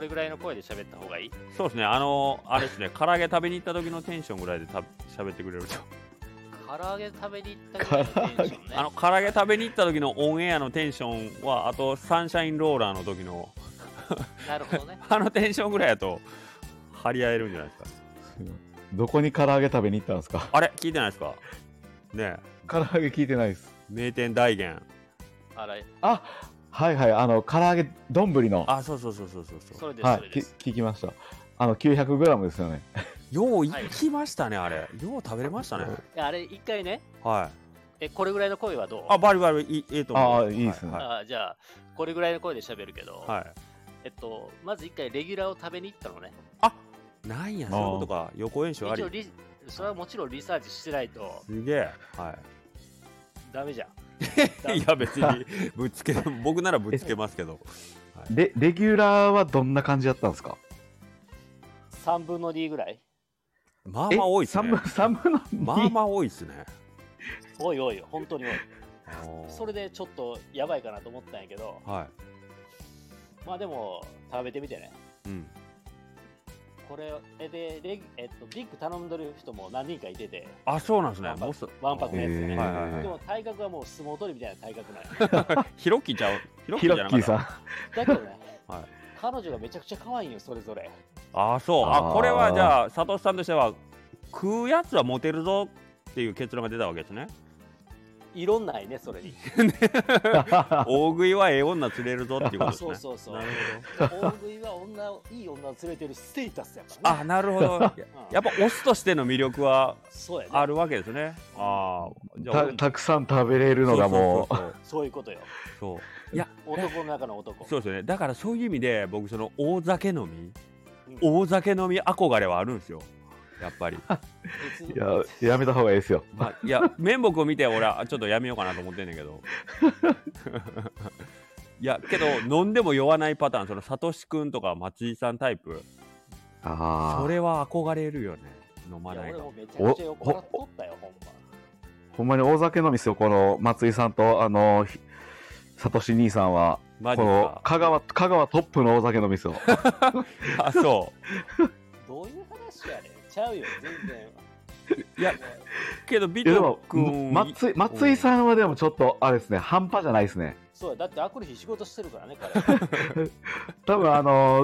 れぐらいの声で喋った方がいい？ そうですね、あれですね、唐揚げ食べに行った時のテンションぐらいで喋ってくれると。 唐揚げ食べに行ったぐらいのテンションね。 唐揚げ食べに行った時のオンエアのテンションは、あとサンシャインローラーの時のなるほどね。 テンションぐらいやと張り合えるんじゃないですか。 どこに唐揚げ食べに行ったんですか？ あれ聞いてないですかね。 唐揚げ聞いてないです。 名店大元。 あ、はいはい、唐揚げ丼の。 あ、そう。それです、 はい、 それです。 聞きました。900g ですよね。 よう行きましたね、あれ。よう食べれましたね。 あれ、一回ね。 はい。 これぐらいの声はどう？ あ、バリバリいいと思う。 あ、いいですね。 じゃあ、これぐらいの声で喋るけど、 はい。 まず一回レギュラーを食べに行ったのね。 あ、なんや、そういうことか。予行演習あり。 それはもちろんリサーチしてないと。 すげえ。はい。 ダメじゃん。 いや、別に僕ならぶつけますけど。 レギュラーはどんな感じだったんですか ？3分の2ぐらい。 まあまあ多いっすね。 3分の2。 まあまあ多いっすね。 多い、本当に多い。それでちょっとやばいかなと思ったんやけど、 はい。 まあでも食べてみてね。 うん。 これでビッグ頼んでる人も何人かいてて。 あ、そうなんですね。 ワンパクのやつね。 でも体格はもう相撲取りみたいな体格なんや。ヒロッキーちゃう？ ヒロッキーさん。 だけどね、彼女がめちゃくちゃ可愛いよ、それぞれ。 あ、そう。これはじゃあ佐藤さんとしては食うやつはモテるぞっていう結論が出たわけですね。 いろんないね、それに。 大食いはええ女釣れるぞっていうことですね。 そう。 なるほど。大食いはいい女を連れてるステータスやからね。 あ、なるほど。やっぱオスとしての魅力はあるわけですね。 たくさん食べれるのがもう。 そういうことよ。 そう。いや、 男の中の男。 そうですよね。だからそういう意味で僕その大酒飲み憧れはあるんですよ。やっぱり。 いや、やめた方がいいですよ。 いや、面目を見て俺はちょっとやめようかなと思ってんねんけど。いや、けど飲んでも酔わないパターン、そのサトシ君とか松井さんタイプ。それは憧れるよね。飲まないと。 俺もめちゃくちゃ酔っ払っとったよ、ほんま。 ほんまに大酒飲みですよ、この松井さんとサトシ兄さんは。 マジか。 香川トップの大酒飲みですよ。 あ、そう。 どういう話やねん。ちゃうよ、全然。 いや、けどビト君松井さんはでもちょっとあれですね、半端じゃないですね。 そうだってあくる日仕事してるからね、彼。 多分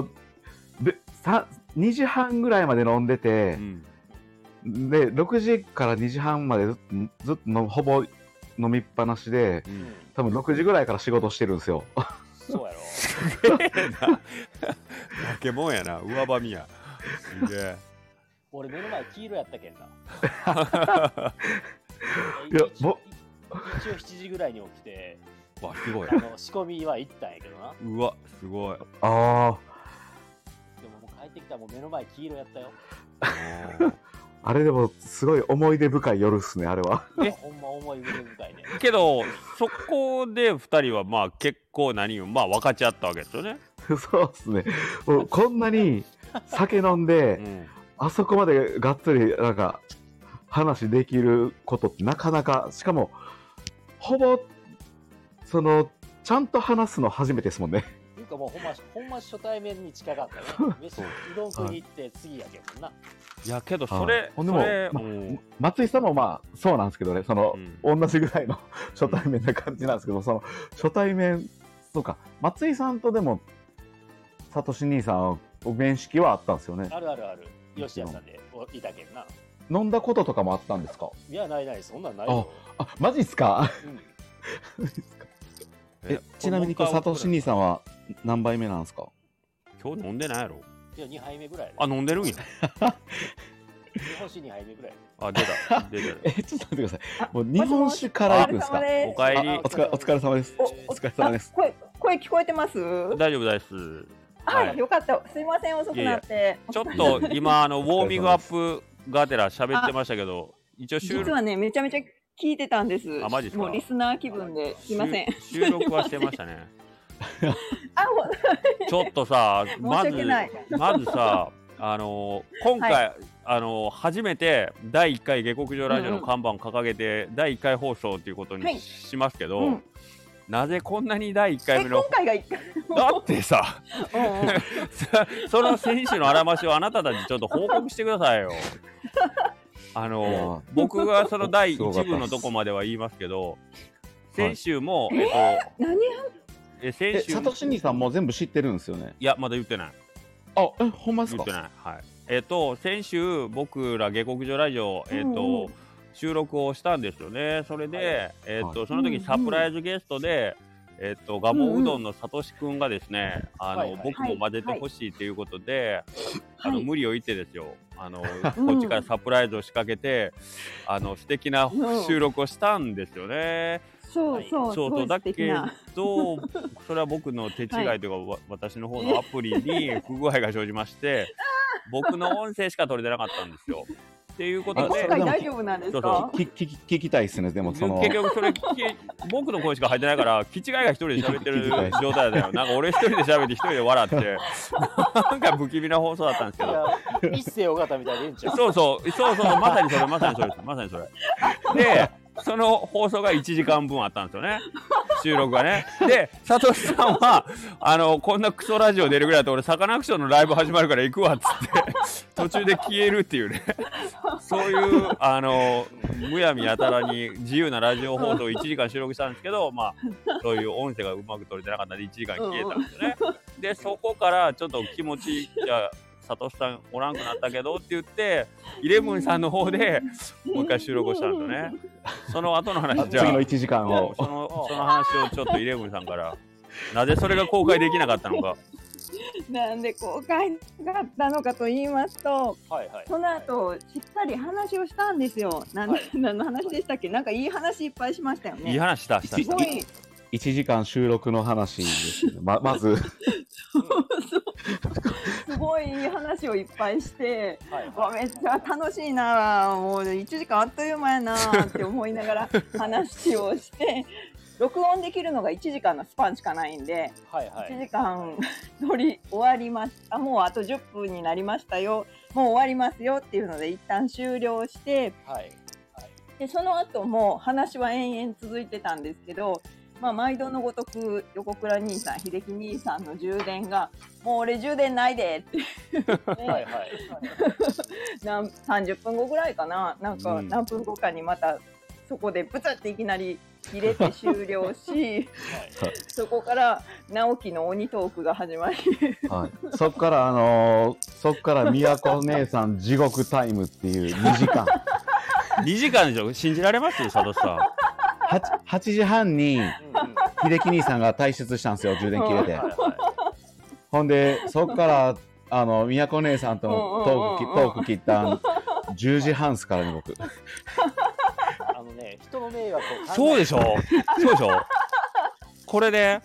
2時半ぐらいまで飲んでて、で6時から2時半までずっとほぼ飲みっぱなしで、多分6時ぐらいから仕事してるんですよ。 そうやろ。 すげえな。化け物やな、上ばみや。すげえ。 俺目の前黄色やったけんな。一応7時ぐらいに起きて、 わ、すごい。 仕込みは行ったんやけどな。 うわ、すごい。 でももう帰ってきたらもう目の前黄色やったよ。 あれでもすごい思い出深い夜っすね、あれは。 ほんま思い出深いね。 けどそこで2人はまあ結構何をまあ分かち合ったわけですよね。 そうっすね。こんなに酒飲んで、あそこまでがっつりなんか話できることってなかなか、しかもほぼちゃんと話すの初めてですもんね。 っていうかもうほんま初対面に近かったね。うどん食いに行って次やけどな。 いやけどそれ松井さんもまあそうなんですけどね、同じぐらいの初対面な感じなんですけど、その初対面とか松井さんとでもサトシ兄さん面識はあったんですよね。 ある。吉谷さんでいたけんな。 飲んだこととかもあったんですか？ いや、ない、そんなんないよ。 あ、マジっすか？ちなみにサトシ兄さんは何杯目なんですか？ 今日飲んでないやろ？ いや、2杯目ぐらい。 あ、飲んでるんや。 日本酒2杯目ぐらい。 あ、出た。 ちょっと待ってください。もう日本酒からいくんですか？ おかえり。 お疲れ様です。お疲れ様です。 声聞こえてます？ 大丈夫です。 はい、よかった。すいません、遅くなって。 ちょっと今ウォーミングアップがてら喋ってましたけど、一応実はね、めちゃめちゃ聞いてたんです。 あ、マジですか？ もうリスナー気分ですいません。 収録はしてましたね。 あ、 ちょっとさ、まずさ、今回、初めて第1回下克上ラジオの看板を掲げて、第1回放送ということにしますけど、 なぜこんなに第1回目の今回が1回だってさその選手のあらましをあなたたちちょっと報告してくださいよ。僕がその第1部のとこまでは言いますけど、先週も、 先週サトシ兄さんも全部知ってるんですよね。 いやまだ言ってない。 ほんまですか。 言ってない。はい。先週僕ら下克上ラジオ収録をしたんですよね。それでその時サプライズゲストでガモうどんのさとしくんがですね、僕も混ぜてほしいということで、無理を言ってですよ、こっちからサプライズを仕掛けて素敵な収録をしたんですよね。そうだけどそれは僕の手違いというか、私の方のアプリに不具合が生じまして僕の音声しか取れてなかったんですよ。っていうことで、 今回大丈夫なんですか？ 聞きたいですね。でも結局それ僕の声しか入ってないから気違いが一人で喋ってる状態だよ。なんか俺一人で喋って一人で笑ってなんか不気味な放送だったんですけど、 一世尾形みたいな連中。 そうまさにそれでその放送が1時間分あったんですよね、収録がね。でサトシさんはこんなクソラジオ出るぐらいだと俺サカナクションのライブ始まるから行くわっつって途中で消えるっていうねそういうむやみやたらに自由なラジオ放送を1時間収録したんですけど、そういう音声がうまく取れてなかったんで1時間消えたんですよね。でそこからちょっと気持ちじゃサトシさんおらんくなったけどって言ってイレブンさんの方でもう一回収録をしたんですよね。その後の話、じゃあ次の1時間をその話をちょっとイレブンさんからなぜそれが公開できなかったのか。 なんで公開があったのかと言いますと、その後しっかり話をしたんですよ。何の話でしたっけ？なんかいい話いっぱいしましたよね。 いい話したすごい 1時間収録の話ですね。まずすごいいい話をいっぱいして、めっちゃ楽しいな、もう1時間あっという間やなって思いながら話をして録音できるのが1時間のスパンしかないんで、1時間撮り終わりました。もうあと10分になりましたよ、もう終わりますよっていうので一旦終了して、でその後も話は延々続いてたんですけど、毎度のごとく横倉兄さん、秀樹兄さんの充電がもう俺充電ないでって30分後ぐらいかな、なんか何分後かにまたそこでブツっていきなり切れて終了しそこから直樹の鬼トークが始まりそっから宮子姉さん地獄タイムっていう2時間 2時間でしょ、信じられます佐藤さん。 8時半に秀樹兄さんが退出したんですよ、充電切れて。ほんでそっから宮子姉さんとのトーク切った10時半っすからね、僕。 人の迷惑を考えて。 そうでしょこれで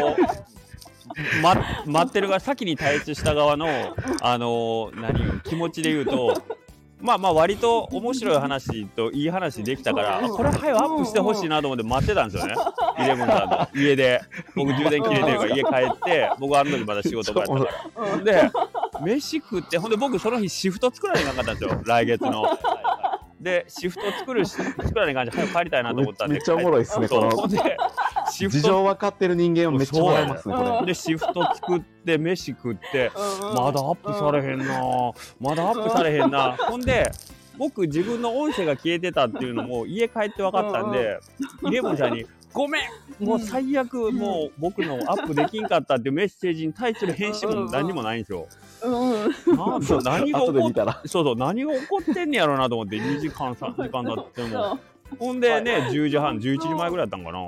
待ってるが先に退出した側の気持ちで言うと、割と面白い話といい話できたからこれ早くアップしてほしいなと思って待ってたんですよね。イレブンさんの家で僕充電切れてるから家帰って僕あの時まだ仕事帰ったからで飯食って、ほんで僕その日シフト作らなきゃいけなかったんですよ、来月の。でシフト作らない感じで早く帰りたいなと思ったんで、 めっちゃおもろいっすね。この事情分かってる人間をめっちゃ笑いますね、これ。 でシフト作って飯食ってまだアップされへんなほんで僕自分の音声が消えてたっていうのも家帰って分かったんで、イレブンさんにごめんもう最悪もう僕のアップできんかったっていうメッセージに対する返信も何もないんですよ。何が起こってんねやろうなと思って2時間3時間経ってもほんでね10時半11時前ぐらいだったんかな。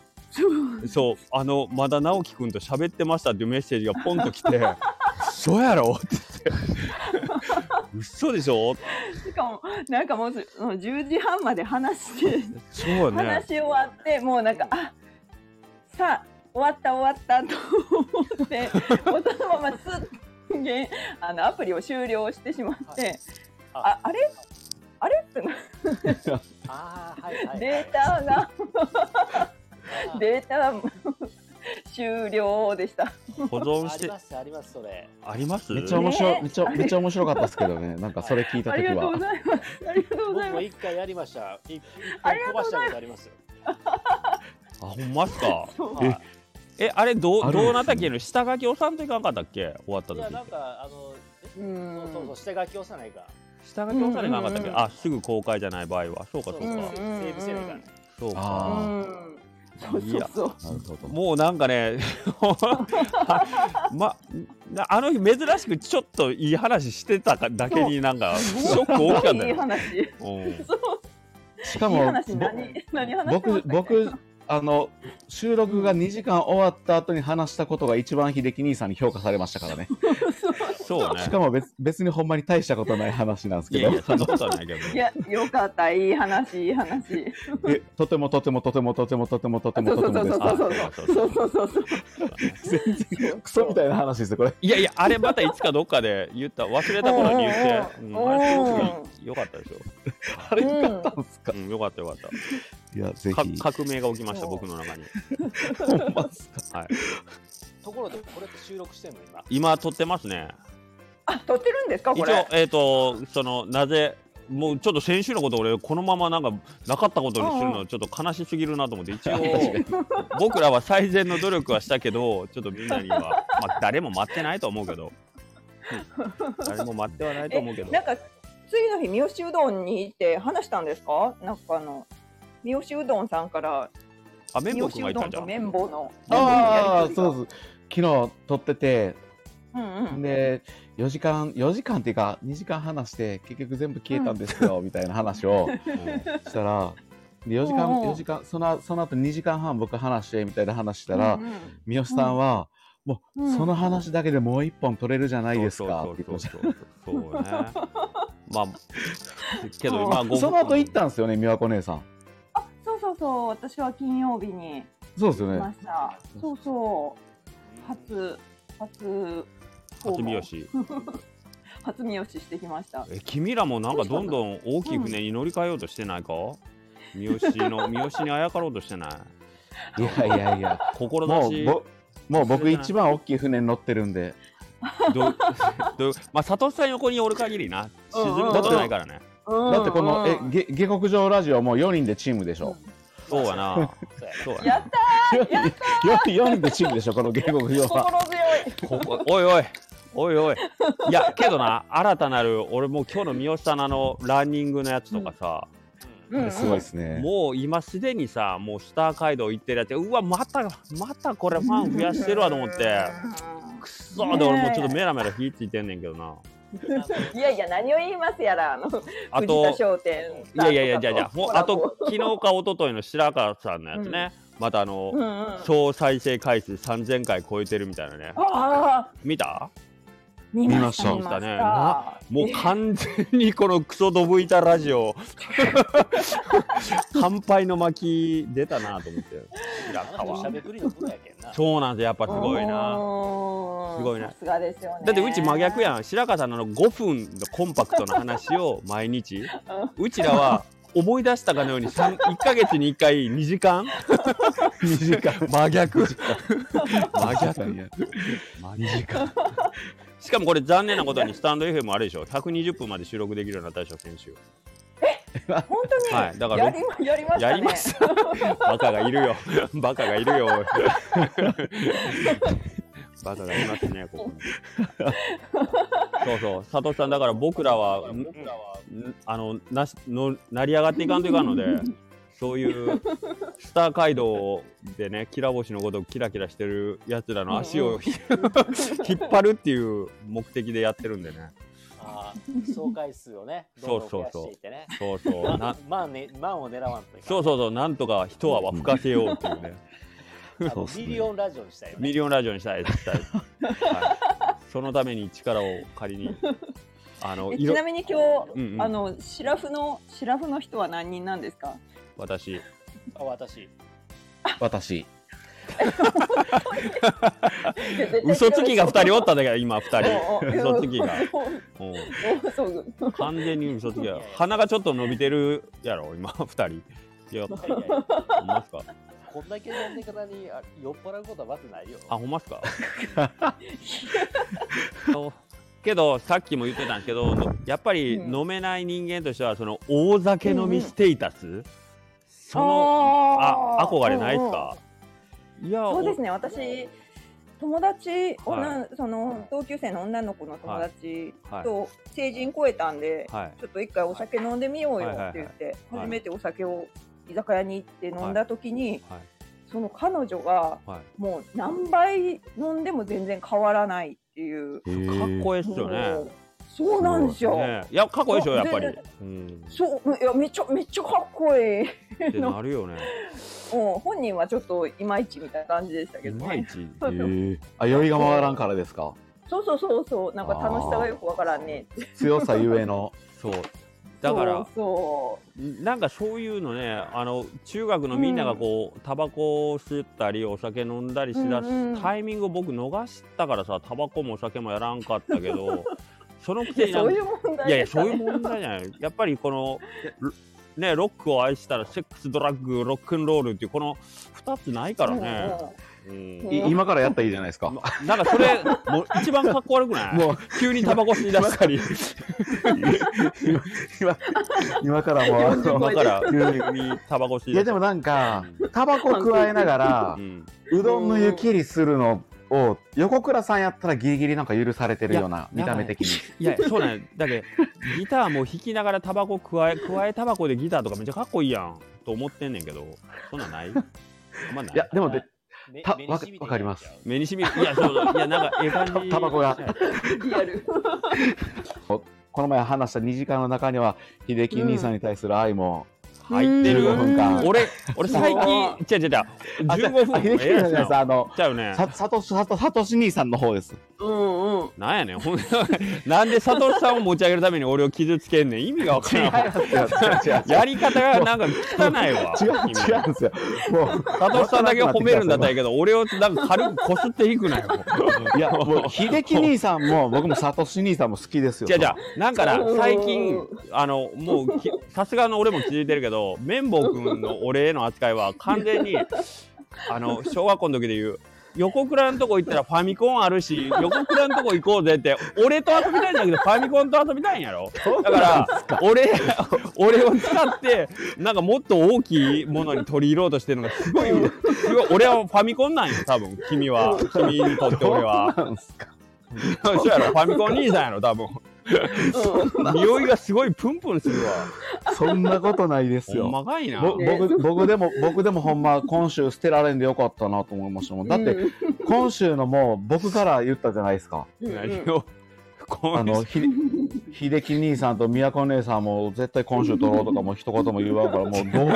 そうまだ直樹くんと喋ってましたっていうメッセージがポンと来てそうやろって言って嘘でしょ。 しかもなんかもう10時半まで話してそう、ね、 話終わってもうなんかさあ終わったと思ってそのまますっげアプリを終了してしまって、あれってデータ終了でした。 保存してありますそれ。 あります。 めっちゃ面白かったですけどね。なんかそれ聞いた時は。 ありがとうございます。 僕も1回やりました。1回飛ばしたことあります。 ほんまっすか。 えあれどあるんですねうなったっけの、下書き押さんといかんかったっけ、終わった時。 いやなんかそう下書き押さないか。 下書き押さないかんかったっけ。あ、すぐ公開じゃない場合は。そうかそうか。 セーブせないからね。 そうか。 そうそうそう。 なるほど。 もうなんかねあの日珍しくちょっといい話してただけになんかショック大きかったよ。 いい話。 しかもいい話何話してましたっけ？ 僕収録が2時間終わった後に話したことが一番秀樹兄さんに評価されましたからね。 そうね。 しかも別にほんまに大したことない話なんですけど。 いやいや、そんなことはないけど。 いや、よかった、いい話、いい話。 とてもです。 そうそう。 全然クソみたいな話ですよこれ。 いやいや、あれまたいつかどっかで言った、忘れた頃に言って、あれすごく良かったでしょ。 あれよかったんですか。 よかったよかった。 いや、ぜひ。 革命が起きました、僕の中に。 ほんまっすか。 はい。 ところでこれって収録してんの今？ 今撮ってますね。 あ、撮ってるんですかこ一れ？ 応なぜもうちょっと先週のこと俺このままなんかなかったことにするのちょっと悲しすぎるなと思って、一応僕らは最善の努力はしたけど、ちょっとみんなには誰も待ってないと思うけど、誰も待ってはないと思うけど。 なんか次の日三好うどんに行って話したんですか？なんか三好うどんさんから綿棒くんがいたんじゃん。 綿棒のそうです。昨日撮ってて、で4時間っていうか2時間話して結局全部消えたんですよ、みたいな話をしたら、で4時間その後2時間半僕話してみたいな話したら、三好さんはもうその話だけでもう一本取れるじゃないですかって言ってました。 そうね。まあけどその後行ったんですよね、美和子姉さん。 そう、私は金曜日にそうですよね。 そう初三好初三好してきました。 君らもなんかどんどん大きい船に乗り換えようとしてないか？三好にあやかろうとしてない？ いや志もう僕一番大きい船に乗ってるんで。 まあ佐藤さん横におる限りな沈むことないからね。 だってこの下克上ラジオも4人でチームでしょ。 そうやな。 やったー。 4人でチームでしょ、この下克上は。 おい。いやけどな、新たなる俺も今日の三好さんのランニングのやつとかさ、 すごいですね。 もう今すでにさ、もうスター街道行ってるやつ、うわまたこれファン増やしてるわと思って、くそーで俺もうちょっとメラメラ火ついてんねんけどな。 いや何を言いますやらあと藤田商店。 いやじゃもうあと昨日か一昨日の白川さんのやつね、また総再生回数3000回超えてるみたいなね。見た？ 見ましたね。もう完全にこのクソドブ板ラジオ乾杯の巻出たなと思って。そうなんです、やっぱすごいな。すごいな。 さすがですよね。 だってうち真逆やん。白川さんの5分のコンパクトな話を毎日うちらは思い出したかのように1ヶ月に1回2時間真逆しかもこれ残念なことにスタンド FM あれでしょ、120分まで収録できるようになったでしょ先週。 本当に？ はい、だからやりましたね。 バカがいるよバカがいますね、ここに。そう佐藤さん、だから僕らは成り上がっていかんといかんので、そういうスター街道でね、きら星のごとくキラキラしてるやつらの足を引っ張るっていう目的でやってるんでね。 総回数をね、どんどん増やしていってね。満を狙わんといかん。 そう、なんとか一泡吹かせようっていうね。 ミリオンラジオにしたいよね。 ミリオンラジオにしたい。そのために力を借りに。 ちなみに今日、シラフの人は何人なんですか？ 私。嘘つきが2人おったんだけど、今2人嘘つきが完全に嘘つきが、鼻がちょっと伸びてるやろ今2人。いや、ほんまっすか？ こんだけ飲んでからに酔っ払うことはまずないよ。 ほんまっすか？けどさっきも言ってたんですけど、やっぱり飲めない人間としてはその大酒飲みステータス、 その憧れないですか？ いや、そうですね。私友達、その同級生の女の子の友達と成人超えたんで、ちょっと一回お酒飲んでみようよって言って、初めてお酒を居酒屋に行って飲んだ時に、その彼女がもう何杯飲んでも全然変わらないっていう。 かっこいいっすよね。 そうなんですよ。 いや、かっこいいでしょ、やっぱり。 そう、いや、めっちゃかっこいい。 ってなるよね。 本人はちょっといまいちみたいな感じでしたけどね。 いまいち。 酔いが回らんからですか？ そう、なんか楽しさがよくわからんね。 強さゆえの。 そう。だからなんかそういうのね、中学のみんながこうタバコを吸ったりお酒飲んだりしだすタイミングを僕逃したからさ、タバコもお酒もやらんかったけどそのくせにそういう問題、 いやそういう問題じゃない。やっぱりこのね、ロックを愛したらセックスドラッグロックンロールっていうこの2つないからね。 今からやったらいいじゃないですか。 なんかそれもう一番かっこ悪くない？もう急にタバコ吸い出したり今からも今から急にタバコ吸い出したり。 いやでもなんかタバコ加えながらうどんの湯切りするのを横倉さんやったらギリギリなんか許されてるような見た目的に。 いやそうなんだけどギターも弾きながらタバコ加えタバコでギターとかめっちゃかっこいいやんと思ってんねんけど、そんなんない？まない。 いやでもわかります。 目にしみる。いやそういやなんかええ感じ。 タバコがリアル。 この前話した2時間の中には秀樹兄さんに対する愛も入ってる。 15分間。 俺最近15分。 秀樹兄さんちゃうね。 サトシ兄さんの方です。 なんやねん。なんでサトシさんを持ち上げるために俺を傷つけんねん。意味がわからない。やり方がなんか汚いわ。 違うんですよ。もうサトシさんだけ褒めるんだったらいいけど、俺をなんか軽くこすっていくなよ。 いやもう秀樹兄さんも僕もサトシ兄さんも好きですよ。 じゃなんか最近もうさすがの俺も気づいてるけど、綿棒くんの俺への扱いは完全に小学校の時で言う。横倉のとこ行ったらファミコンあるし、横倉のとこ行こうぜって、俺と遊びたいんだけど、ファミコンと遊びたいんやろ。だから、俺を使って、なんかもっと大きいものに取り入ろうとしてるのがすごい、俺はファミコンなんよ、多分、君にとって俺は。そうやろ、ファミコン兄さんやろ、多分。匂いがすごいプンプンするわ。 そんなことないですよ。 ほんまかいな。 僕でもほんま今週捨てられんでよかったなと思いましたもん。だって今週のも僕から言ったじゃないですか。 何を秀樹兄さんと宮子姉さんも絶対今週取ろうとかも一言も言わんから、もう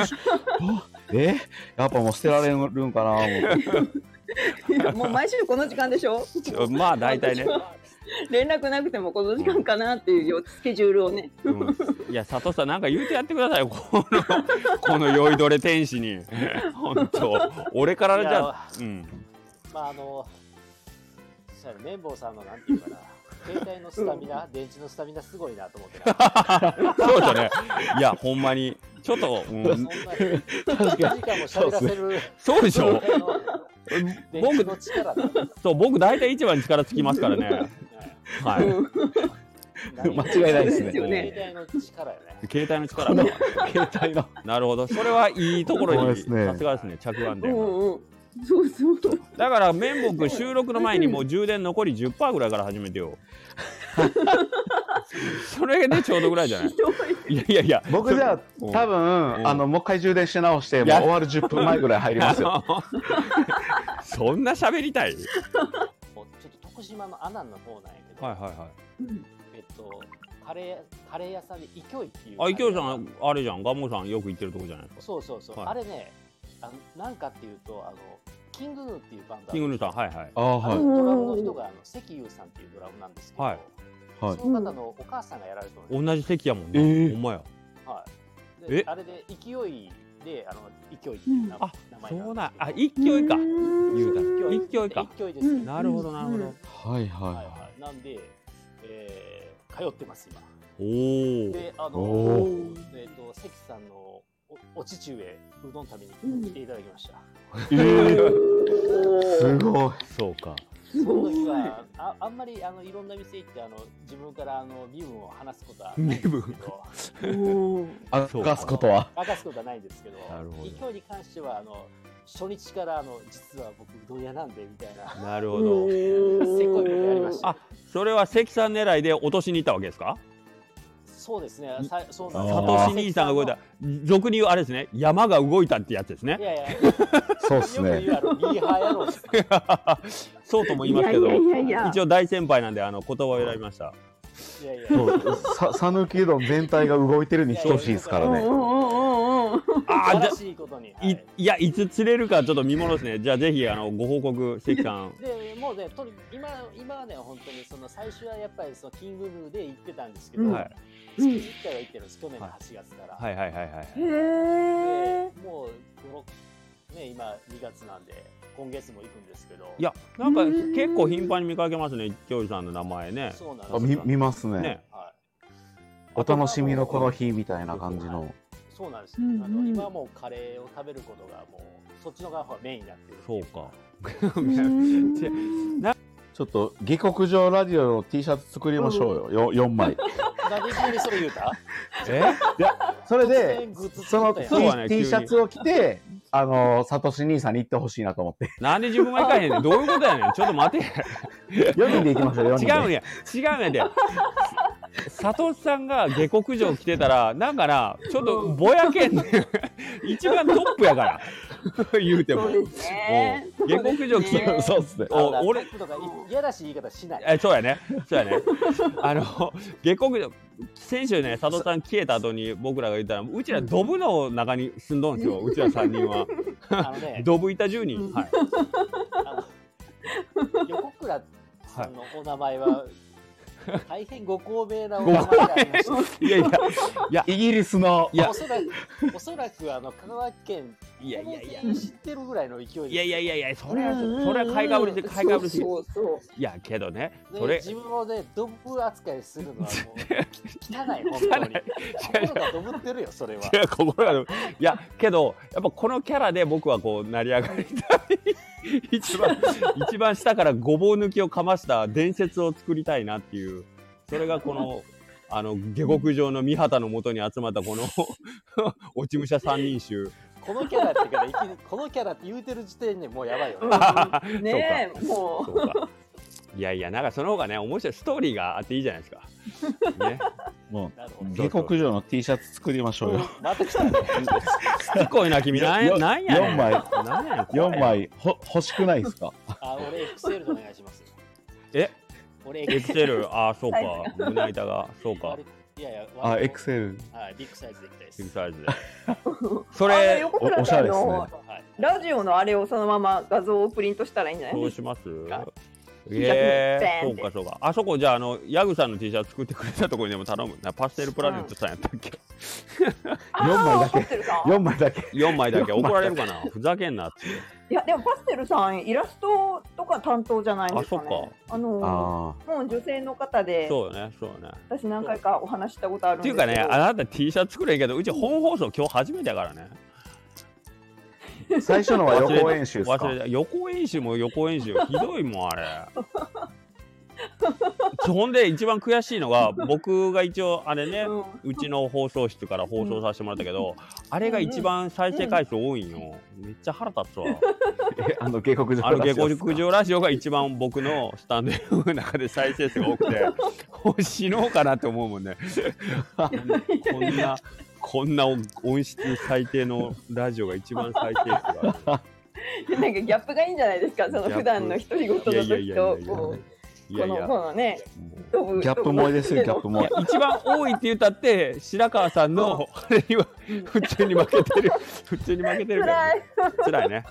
やっぱもう捨てられるんかな思って。 もう毎週この時間でしょ。 まあ大体ね。 連絡なくてもこの時間かなっていうスケジュールをね。 いや佐藤さんなんか言うてやってくださいよ、この酔いどれ天使に。本当俺からじゃまあ綿棒さんのなんていうかな、携帯のスタミナ、電池のスタミナすごいなと思ってそうですよね。いやほんまにちょっとそんな 2時間も喋らせる。 そうでしょ。僕大体一番に力つきますからね。はい。 間違いないですね。 携帯の力よね。 携帯の力。 携帯の。 なるほど。それはいいところにさすがですね。着眼点。 そうだから綿棒くん収録の前にもう充電残り 10% ぐらいから始めてよ。それでちょうどぐらいじゃない？いや僕じゃあ多分もう一回充電して直してもう終わる10分前ぐらい入りますよ。 そんな喋りたい？ ちょっと徳島の阿南の方なんやけど、カレー屋さんで勢いっていう。 勢いさんあれじゃん、ガモさんよく行ってるとこじゃないですか。 そう、あれね、なんかっていうとキングヌーっていうバンド。 キングヌーさん、はい。 ドラムの人が関優さんっていうドラムなんですけど、その方のお母さんがやられてる。 同じ席やもんね。ほんまや。 はい。あれで勢いで勢いっていう名前なんですけど。 そうな、勢いか。言うた。勢いか。 勢いです。 なるほど。 はい。 なんで通ってます今。で関さんのお父上うどん食べに来ていただきました。 すごい。 そうか。 その時はあんまりいろんな店行って自分から身分を話すことはないんですけど明かすことはないんですけど、勢いに関しては初日から実は僕うどん屋なんでみたいな。 なるほど。 せっこいことやりました。 あ、それは関さん狙いで落としに行ったわけですか？ そうですね。そうなんです。サトシ兄さんが動いた。俗に言うあれですね。山が動いたってやつですね。 いやいや。 そうですね。 ミーハー野郎です。 そうとも言いますけど、一応大先輩なんで言葉を選びました。 いやいや。さぬきうどん全体が動いてるに等しいですからね。 あ、じゃいいことに。 いや、いつ釣れるかちょっと見ものですね。じゃあぜひご報告関さん。 でもうね、今はね本当に最初はやっぱりキングヌーで行ってたんですけど、月1回は行ってるんです。去年の8月から。 はいはいはいはい。 でもうね今2月なんで今月も行くんですけど。 いやなんか結構頻繁に見かけますね。京二さんの名前ね。 そうなんです。 見ますね。お楽しみのこの日みたいな感じの。 そうなんです。今はもうカレーを食べることがもうそっちの側がメインになってる。 そうか。 ちょっと下克上ラジオの T シャツ作りましょうよ。4枚。 なんで急にそれ言うた？ いやそれでその T シャツを着てサトシ兄さんに行ってほしいなと思って。 なんで自分が行かへんねん。どういうことやねん。ちょっと待て。 4人で行きましょう。4人で。 違うんやで。サトシさんが下克上着てたらなんかなちょっとぼやけんねん。一番トップやから言うても。下克上着てる。 そうっすね。 俺とかいやらしい言い方しない。 そうやね。下克上先週ね佐藤さん消えた後に僕らが言ったらうちらドブの中に住んどんですよ。うちら3人は。ドブいた10人。はい。 横倉さんのお名前は。大変ご高名なお名前がありました。 いやイギリスのおそらく香川県知ってるぐらいの勢いで。 いやそれは買いかぶりでいやけどねそれ自分をねドブ扱いするのはもう汚い本当に。心がドブってるよそれは。 いやけどやっぱこのキャラで僕はこう成り上がりたい。一番下からごぼう抜きをかました伝説を作りたいなっていうそれがこの下克上の三畑のもとに集まったこの落ち武者三人衆。 このキャラってからこのキャラって言うてる時点でもうやばいよね。 ねえもう。 いやなんかその方がね面白いストーリーがあっていいじゃないですか。ね。 もう下克上の T シャツ作りましょうよ。 また来たね。 すごいな君なんやねん。 4枚欲しくないですか？ 俺 XL でお願いします。俺 XL そうか胸板がそうか。 いや XL。 はいビッグサイズでいきたいです。 ビッグサイズで。それおしゃれですね。 ラジオのあれをそのまま画像をプリントしたらいいんじゃない？ そうします。そうか。あそこじゃあヤグさんの T シャツ作ってくれたところにでも頼む。パステルプラネットさんやったっけ ？4 枚だけ怒られるかな。ふざけんなって。 いやでもパステルさんイラストとか担当じゃないですかね。 もう女性の方で。 そうね。 私何回かお話したことあるんですけど。 っていうかねあなた T シャツ作れんけどうち本放送今日初めてやからね。 最初のは予行演習ですか？ 予行演習も予行演習ひどいもんあれ。ほんで一番悔しいのが僕が一応あれね、うちの放送室から放送させてもらったけど、あれが一番再生回数多いんよ。めっちゃ腹立つわ。 下克上ラジオが一番僕のスタンド FM の中で再生数が多くて死のうかなって思うもんね。こんな音質最低のラジオが一番再生数がなんかギャップがいいんじゃないですか。その普段の独り言の時とこのねギャップ萌えですよ。ギャップ萌え。 一番多いって言ったって白川さんのあれには普通に負けてるけど辛いね。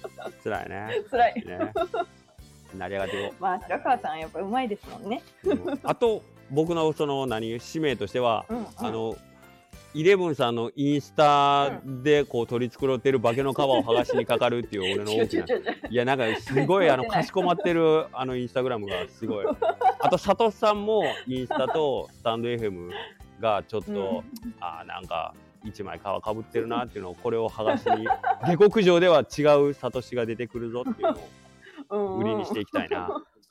成り上がってよ。 まあ白川さんやっぱうまいですもんね。 あと僕のその使命としてはイレブンさんのインスタでこう取り繕ってる化けの皮を剥がしにかかるっていう俺の大きな、いやなんかすごいかしこまってるインスタグラムがすごい。あと佐藤さんもインスタとスタンド FM がちょっとなんか一枚皮かぶってるなっていうのをこれを剥がしに下克上では違うサトシが出てくるぞっていうのを売りにしていきたいな。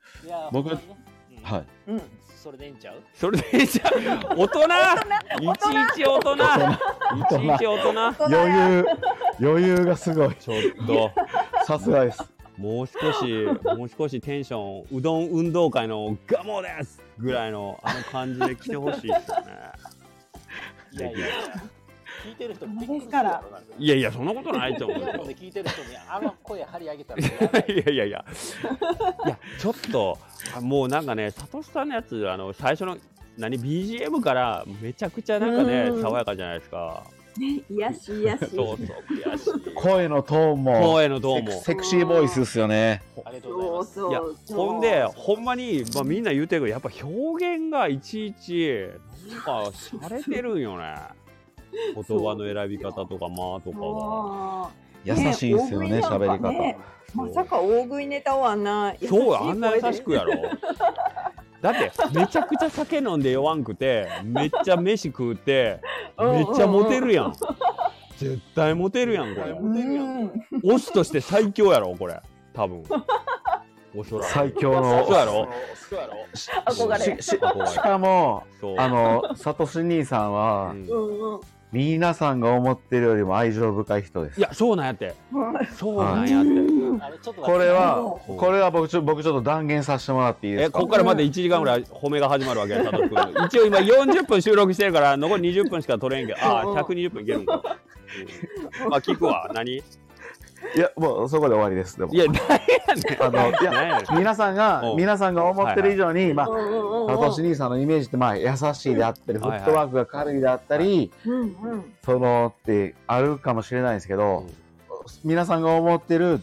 僕、はい。 うん。それでいいんちゃう？ それでいいんちゃう？大人。いちいち大人。いちいち大人。 余裕がすごい。 ちょっと。 さすがです。 もう少しテンション、うどん運動会のガモですぐらいの感じで来てほしいですよね。 いやいや。聞いてる人びっくりするやろ。 いやいや、そんなことないと思うよ。 聞いてる人に声張り上げたら。 いや、ちょっともうなんかね、サトシさんのやつ最初のBGM からめちゃくちゃなんかね、爽やかじゃないですか。 癒やし。 そう悔しい。 声のトーンもセクシーボイスですよね。 ありがとうございます。 いや、ほんでほんまにみんな言うてるけど、やっぱ表現がいちいちなんか洒落てるんよね。言葉の選び方とかとかが優しいですよね、喋り方。 まさか大食いネタをあんな優しい声で。 そう、あんな優しくやろ。だってめちゃくちゃ酒飲んで弱んくて、めっちゃ飯食うて、めっちゃモテるやん。絶対モテるやんこれ。オスとして最強やろこれ。多分。 最強の。 そうやろ。 憧れ。 しかもサトシ兄さんは。皆さんが思ってるよりも愛情深い人です。 いや、そうなんやって。そうなんやって。 これは僕ちょっと断言させてもらっていいですか？ ここからまだ1時間ぐらい褒めが始まるわけや、佐藤君。一応今40分収録してるから、残り20分しか取れんけど、120分いけるんか。聞くわ、何？ いや、もうそこで終わりです。でも。 いや、何やねん。 皆さんが思ってる以上に、サトシ兄さんのイメージって優しいであったり、フットワークが軽いであったり、ってあるかもしれないですけど、皆さんが思ってる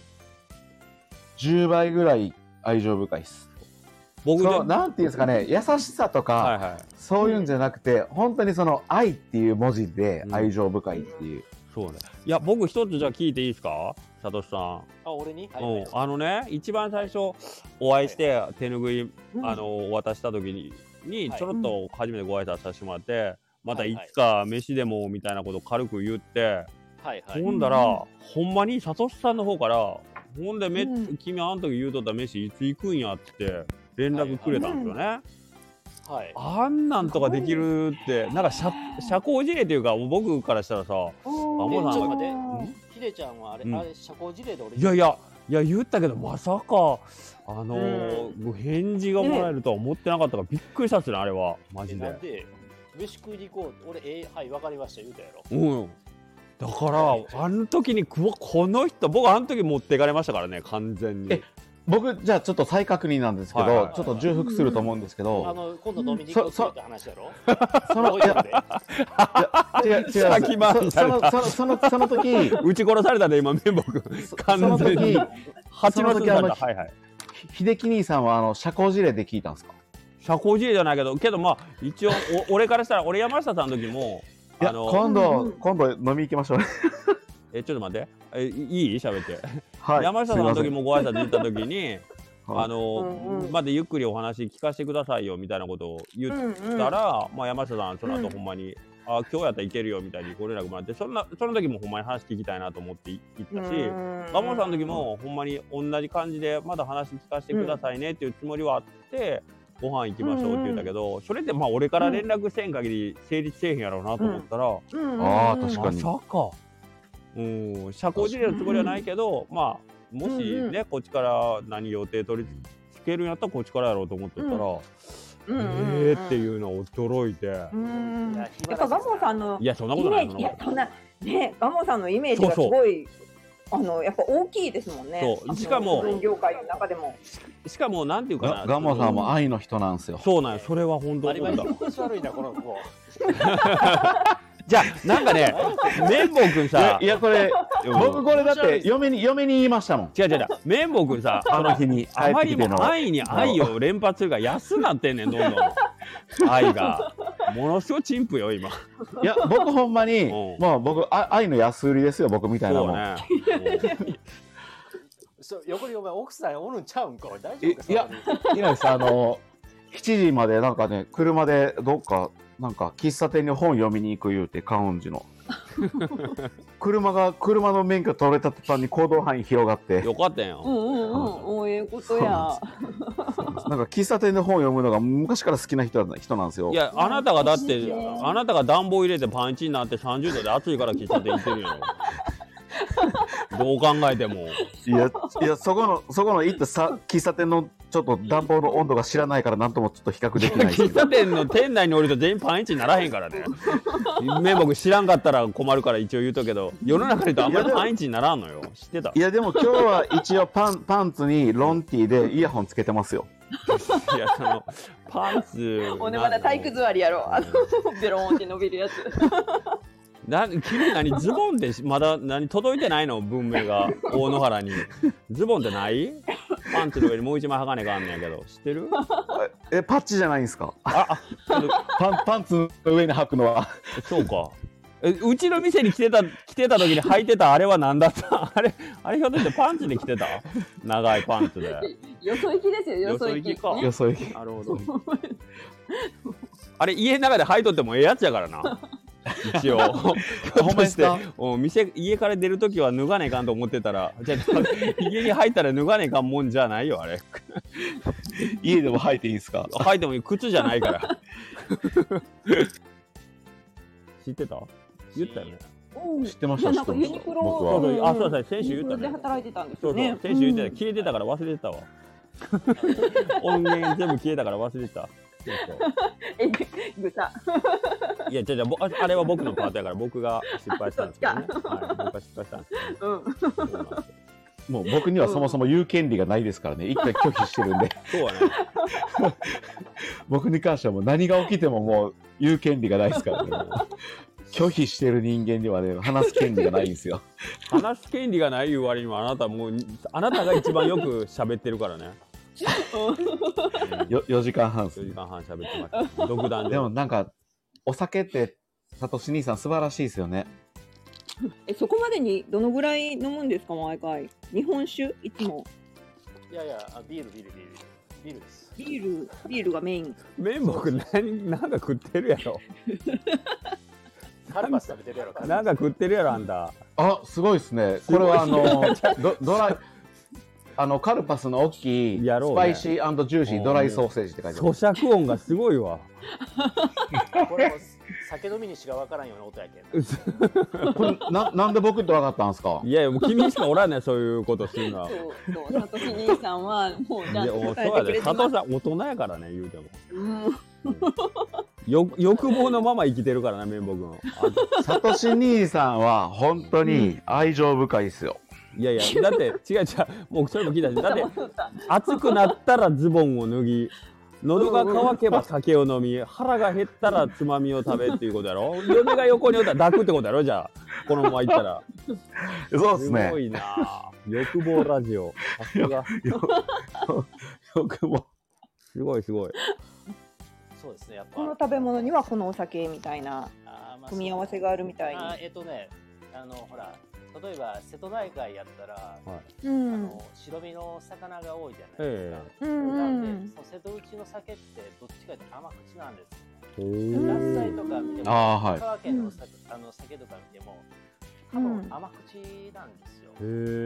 10倍ぐらい愛情深いです。なんていうんですかね、優しさとか、そういうんじゃなくて、本当に愛っていう文字で愛情深いっていう。 そうね。いや、僕一つじゃあ聞いていいですか、サトシさん。 俺に？ 一番最初お会いして手ぬぐいお渡した時にちょろっと初めてご挨拶させてもらって、またいつか飯でもみたいなこと軽く言って、ほんだらほんまにサトシさんの方から、ほんで君あの時言うとった飯いつ行くんやって連絡くれたんですよね。あんなんとかできるってなんか社交辞令っていうか、僕からしたらさ、 ちょっと待って、ヒデちゃんはあれ社交辞令で俺。 いや言ったけど、まさか返事がもらえるとは思ってなかったからびっくりしたっすね、あれはマジで。 なんで飯食いに行こう、俺はいわかりました言うたやろ。だからあの時にこの人、僕あの時持っていかれましたからね、完全に。 僕じゃあちょっと再確認なんですけど、ちょっと重複すると思うんですけど、 今度飲みに行こうって話やろ。 違うその時撃ち殺されたで今綿棒君完全に蜂の巣された。 秀樹兄さんは社交辞令で聞いたんですか？ 社交辞令じゃないけど一応俺からしたら、俺山下さんの時も今度飲み行きましょう。 ちょっと待って、いい？喋って。山下さんの時もご挨拶行った時にまだゆっくりお話聞かせてくださいよみたいなことを言ったら、山下さんその後ほんまに今日やったらいけるよみたいにご連絡もらって、その時もほんまに話聞きたいなと思って行ったし、ガモさんの時もほんまに同じ感じでまだ話聞かせてくださいねっていうつもりはあって、ご飯行きましょうって言ったけど、それって俺から連絡せん限り成立せえへんやろうなと思ったら、 確かにまさか社交辞令のつもりはないけど、もしね、こっちから何予定取り付けるんやったらこっちからやろうと思ってたら、っていうのを驚いて。やっぱガモさんのそんなことない。 ガモさんのイメージがすごいやっぱ大きいですもんね。 しかも業界の中でも。 しかもなんていうかな、 ガモさんも愛の人なんですよ。 そうなんや、それは本当に。 悪いなこの子。 じゃあなんかね、綿棒くんさ、 いやこれ僕これだって嫁に言いましたもん。 違う綿棒くんさ、 あの日にあまりにも愛に愛を連発するから安なってんねん、どんどん愛がものすごい陳腐よ今。 いや僕ほんまにもう僕愛の安売りですよ、僕みたいなもん。 横にお前奥さんおるんちゃうんか、大丈夫か？ いやいないです。7時までなんかね、車でどっかなんか喫茶店に本読みに行く言うて、観音寺の。 車の免許取れた途端に行動範囲広がって。 よかったよ。 おええことや。 なんか喫茶店で本読むのが昔から好きな人なんですよ。 いや、あなたがだって、あなたが暖房入れてパンチになって30度で暑いから喫茶店行ってるよ。どう考えても。 いやそこの行った喫茶店のちょっと暖房の温度が知らないからなんともちょっと比較できないですけど。 喫茶店の店内におると全員パンイチにならへんからね。僕知らんかったら困るから一応言うとけど、世の中にいるとあんまりパンイチにならんのよ。知ってた？ いやでも今日は一応パンツにロンティーでイヤホンつけてますよ。 いやパンツ。 ほんでまだ体育座りやろ。ベローンって伸びるやつ。 君何ズボンでまだ届いてないの文明が大野原に。ズボンってない？パンツの上にもう一枚履かねえかんねんけど知ってる？ パッチじゃないんですか？ パンツの上に履くのは。 そうか。うちの店に来てた時に履いてたあれは何だった？あれひょっとしてパンツで着てた？長いパンツで。 よそ行きですよ。よそ行きか。 よそ行き。 なるほど。あれ家の中で履いとってもええやつやからな。一応ほんまにして家から出るときは脱がねえかんと思ってたら、じゃあ家に入ったら脱がねえかんもんじゃないよあれ。 家でも履いていいんすか？ 履いてもいい、靴じゃないから。知ってた？言ったよね。 知ってました。 なんかユニクロそう先週言ったね。 で働いてたんですよね。 先週言ってた。消えてたから忘れてたわ。音源全部消えたから忘れてた。 ぐさ。 いや、あれは僕のパートやから僕が失敗したんですけどね。僕が失敗したんですけど。 もう僕にはそもそも言う権利がないですからね。一回拒否してるんで。 そうやね。 僕に関してはもう何が起きてももう言う権利がないですからね。拒否してる人間にはね、話す権利がないんですよ。 話す権利がないいう割にはあなたが一番よく喋ってるからね。 4時間半。 4時間半喋ってました。独断でもなんかお酒ってサトシ兄さん素晴らしいですよね。 そこまでにどのぐらい飲むんですか毎回？日本酒いつも？ いやビールです。 ビールがメイン。 麺僕なんか食ってるやろ。 カルパス食べてるやろ。 なんか食ってるやろあんた。 あ、すごいですね。これはカルパスの大きいスパイシー&ジューシードライソーセージって書いてある。 咀嚼音がすごいわ。 これも酒飲みにしかわからんような音やけん。 これなんで僕って分かったんですか？ いやもう君しかおらんねんそういうことするのは。 そうサトシ兄さんはもうちゃんと答えてくれてます。 佐藤さん大人やからね言うても。欲望のまま生きてるからな綿棒君。 サトシ兄さんは本当に愛情深いですよ。 いやだって違うもうそれも聞いたし、だって暑くなったらズボンを脱ぎ、喉が渇けば酒を飲み、腹が減ったらつまみを食べっていうことやろ。嫁が横におったら抱くってことやろ。じゃあこのままいったら。 そうですね。 すごいな。欲望ラジオ。さすが。 欲望。 すごい。 そうですね。やっぱこの食べ物にはこのお酒みたいな組み合わせがあるみたいに。 ほら。例えば瀬戸内海やったら、白身の魚が多いじゃないですか。なんでその瀬戸内の酒ってどっちかというと甘口なんですよね。獺祭とか見ても、香川県の酒とか見ても多分甘口なんですよ。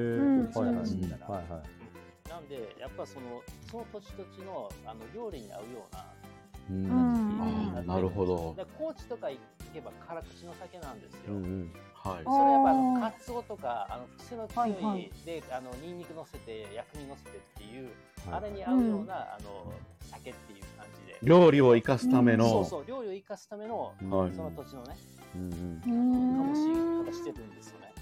なんでやっぱその土地土地の料理に合うような。 なるほど。 高知とか行けば辛口の酒なんですよ。 はい。 それやっぱカツオとか癖の強いでニンニク乗せて薬味乗せてっていうあれに合うような酒っていう感じで。 料理を生かすための。 そう料理を生かすためのその土地のね醸し方してるんですよね。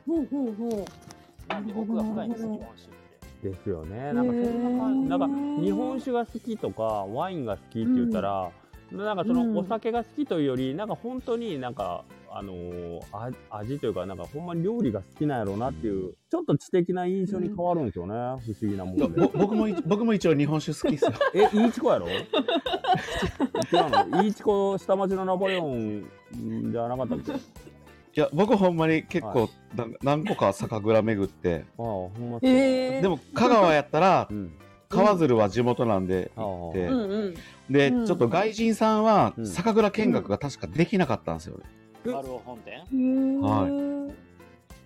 なんで僕が深いんです日本酒って。 ですよね。なんかそんな感じ。なんか日本酒が好きとかワインが好きって言ったら、なんかそのお酒が好きというより、なんか本当になんか味というかなんかほんまに料理が好きなんやろうなっていうちょっと知的な印象に変わるんですよね。不思議なもんで。 僕も一応日本酒好きですよ。 イーチコやろ？違うの？イーチコ下町のナポレオンじゃなかったっけ？ いや僕ほんまに結構何個か酒蔵巡って、でも香川やったら川鶴は地元なんで行って、でちょっと外人さんは酒蔵見学が確かできなかったんですよね。 丸尾本店。 はい。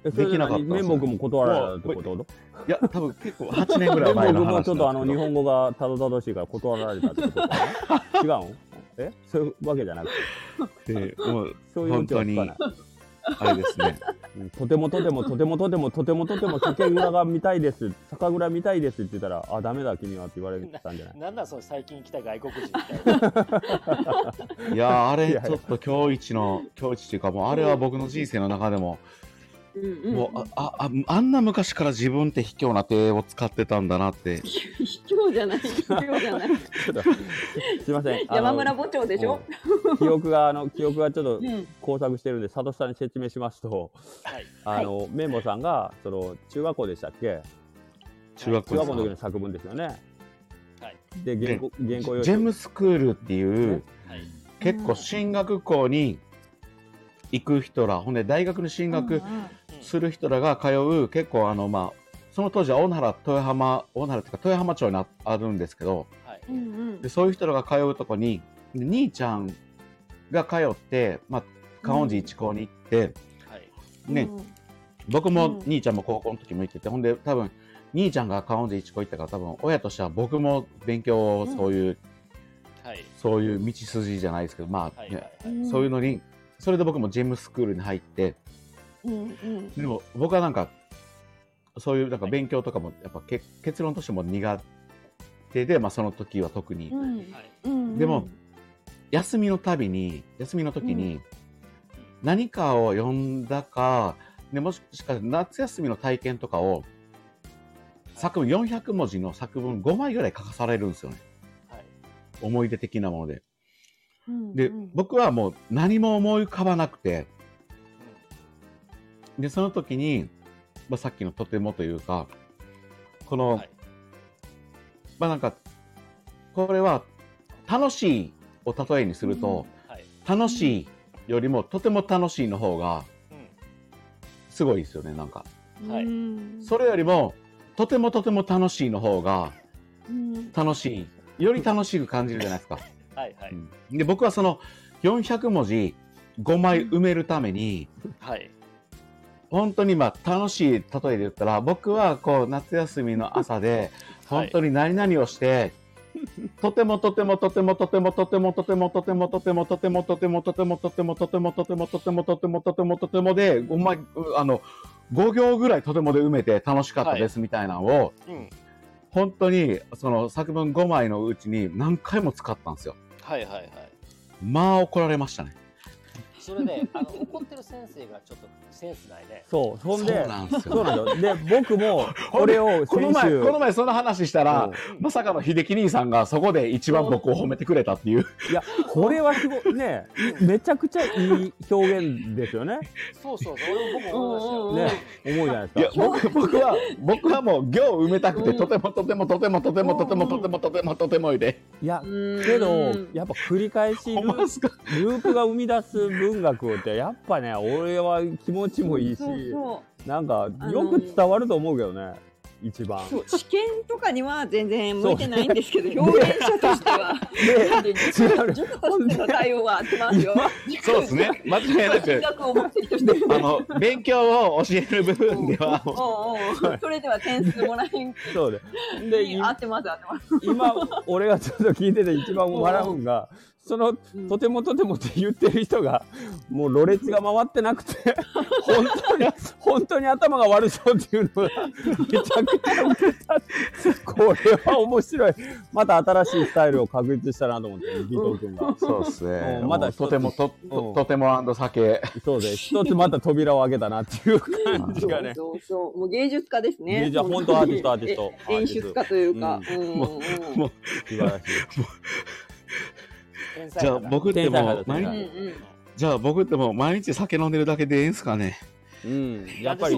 できなかった。面目も断られたってこと？ いや、多分結構8年ぐらい前の話。 面目もちょっと日本語がたどたどしいから断られたってことかな。違うん？そういうわけじゃなくて。 もうそういうことはつかない。 あれですね。 とても酒蔵が見たいです、酒蔵見たいですって言ったら、あ、ダメだ君はって言われたんじゃない？ なんだその最近来た外国人みたいな。 いやあれちょっと今日一っていうか、もうあれは僕の人生の中でも、もうあんな昔から自分って卑怯な手を使ってたんだなって。 卑怯じゃない。すいません。 山村墓長でしょ。 記憶がちょっと工作してるんで、佐藤さんに説明しますと、メンボさんがその中学校でしたっけ？中学校の時の作文ですよね。で原稿ジェムスクールっていう結構進学校に行く人ら、ほんで大学に進学する人らが通う、結構その当時は大野原っていうか豊浜町にあるんですけど、でそういう人らが通うとこに兄ちゃんが通って、観音寺一高に行って、ね、僕も兄ちゃんも高校の時も行ってて、ほんで多分兄ちゃんが観音寺一高行ったから、多分親としては僕も勉強をそういう道筋じゃないですけど、そういうのに、それで僕もジェムスクールに入って、でも僕はなんかそういうなんか勉強とかもやっぱ結論としても苦手で、その時は特に、でも休みの時に何かを読んだか、でもしかして夏休みの体験とかを作文400文字の作文5枚ぐらい書かされるんですよね、思い出的なもので。で、僕はもう何も思い浮かばなくて、でその時に、さっきのとてもというか、この、なんかこれは楽しいを例えにすると、楽しいよりもとても楽しいの方がすごいですよね。なんか、それよりもとても楽しいの方が楽しい、より楽しく感じるじゃないですか。で僕はその400文字5枚埋めるために、本当に楽しい例えで言ったら、僕はこう夏休みの朝で本当に何々をして、とてもで5行ぐらいとてもで埋めて楽しかったですみたいなのを、本当にその作文5枚のうちに何回も使ったんですよ。怒られましたね。 それで怒ってる先生がちょっとセンスないね。 そんで、そうなんですよ。で僕もこれをこの前その話したら、まさかの秀樹兄さんがそこで一番僕を褒めてくれたっていう。いや、 これはすごいね、めちゃくちゃいい表現ですよね。 そう俺も思いましたよね。 思うじゃないですか。 いや、僕はもう行を埋めたくて、とてもで。 いやけどやっぱ繰り返しループが生み出す文学ってやっぱね、俺は気持ちもいいし、なんかよく伝わると思うけどね。一番試験とかには全然向いてないんですけど、表現者としては塾としての対応は合ってますよ。 そうですね、間違いなく勉強を教える部分ではそれでは点数もらえん。 そうで合ってます。 今俺がちょっと聞いてて一番笑うんが、そのとてもって言ってる人がもうろれつが回ってなくて本当に頭が悪そうっていうのがめちゃくちゃウケた。これは面白い。また新しいスタイルを確立したなと思って、伊藤君が。 そうですね。まだとても酒。 そうです。一つまた扉を開けたなっていう感じがね。 そうもう芸術家ですね。 芸術家、本当アーティスト。 演出家というか。 もう素晴らしい。 じゃあ僕ってもう毎日酒飲んでるだけでいいんすかね。 やっぱり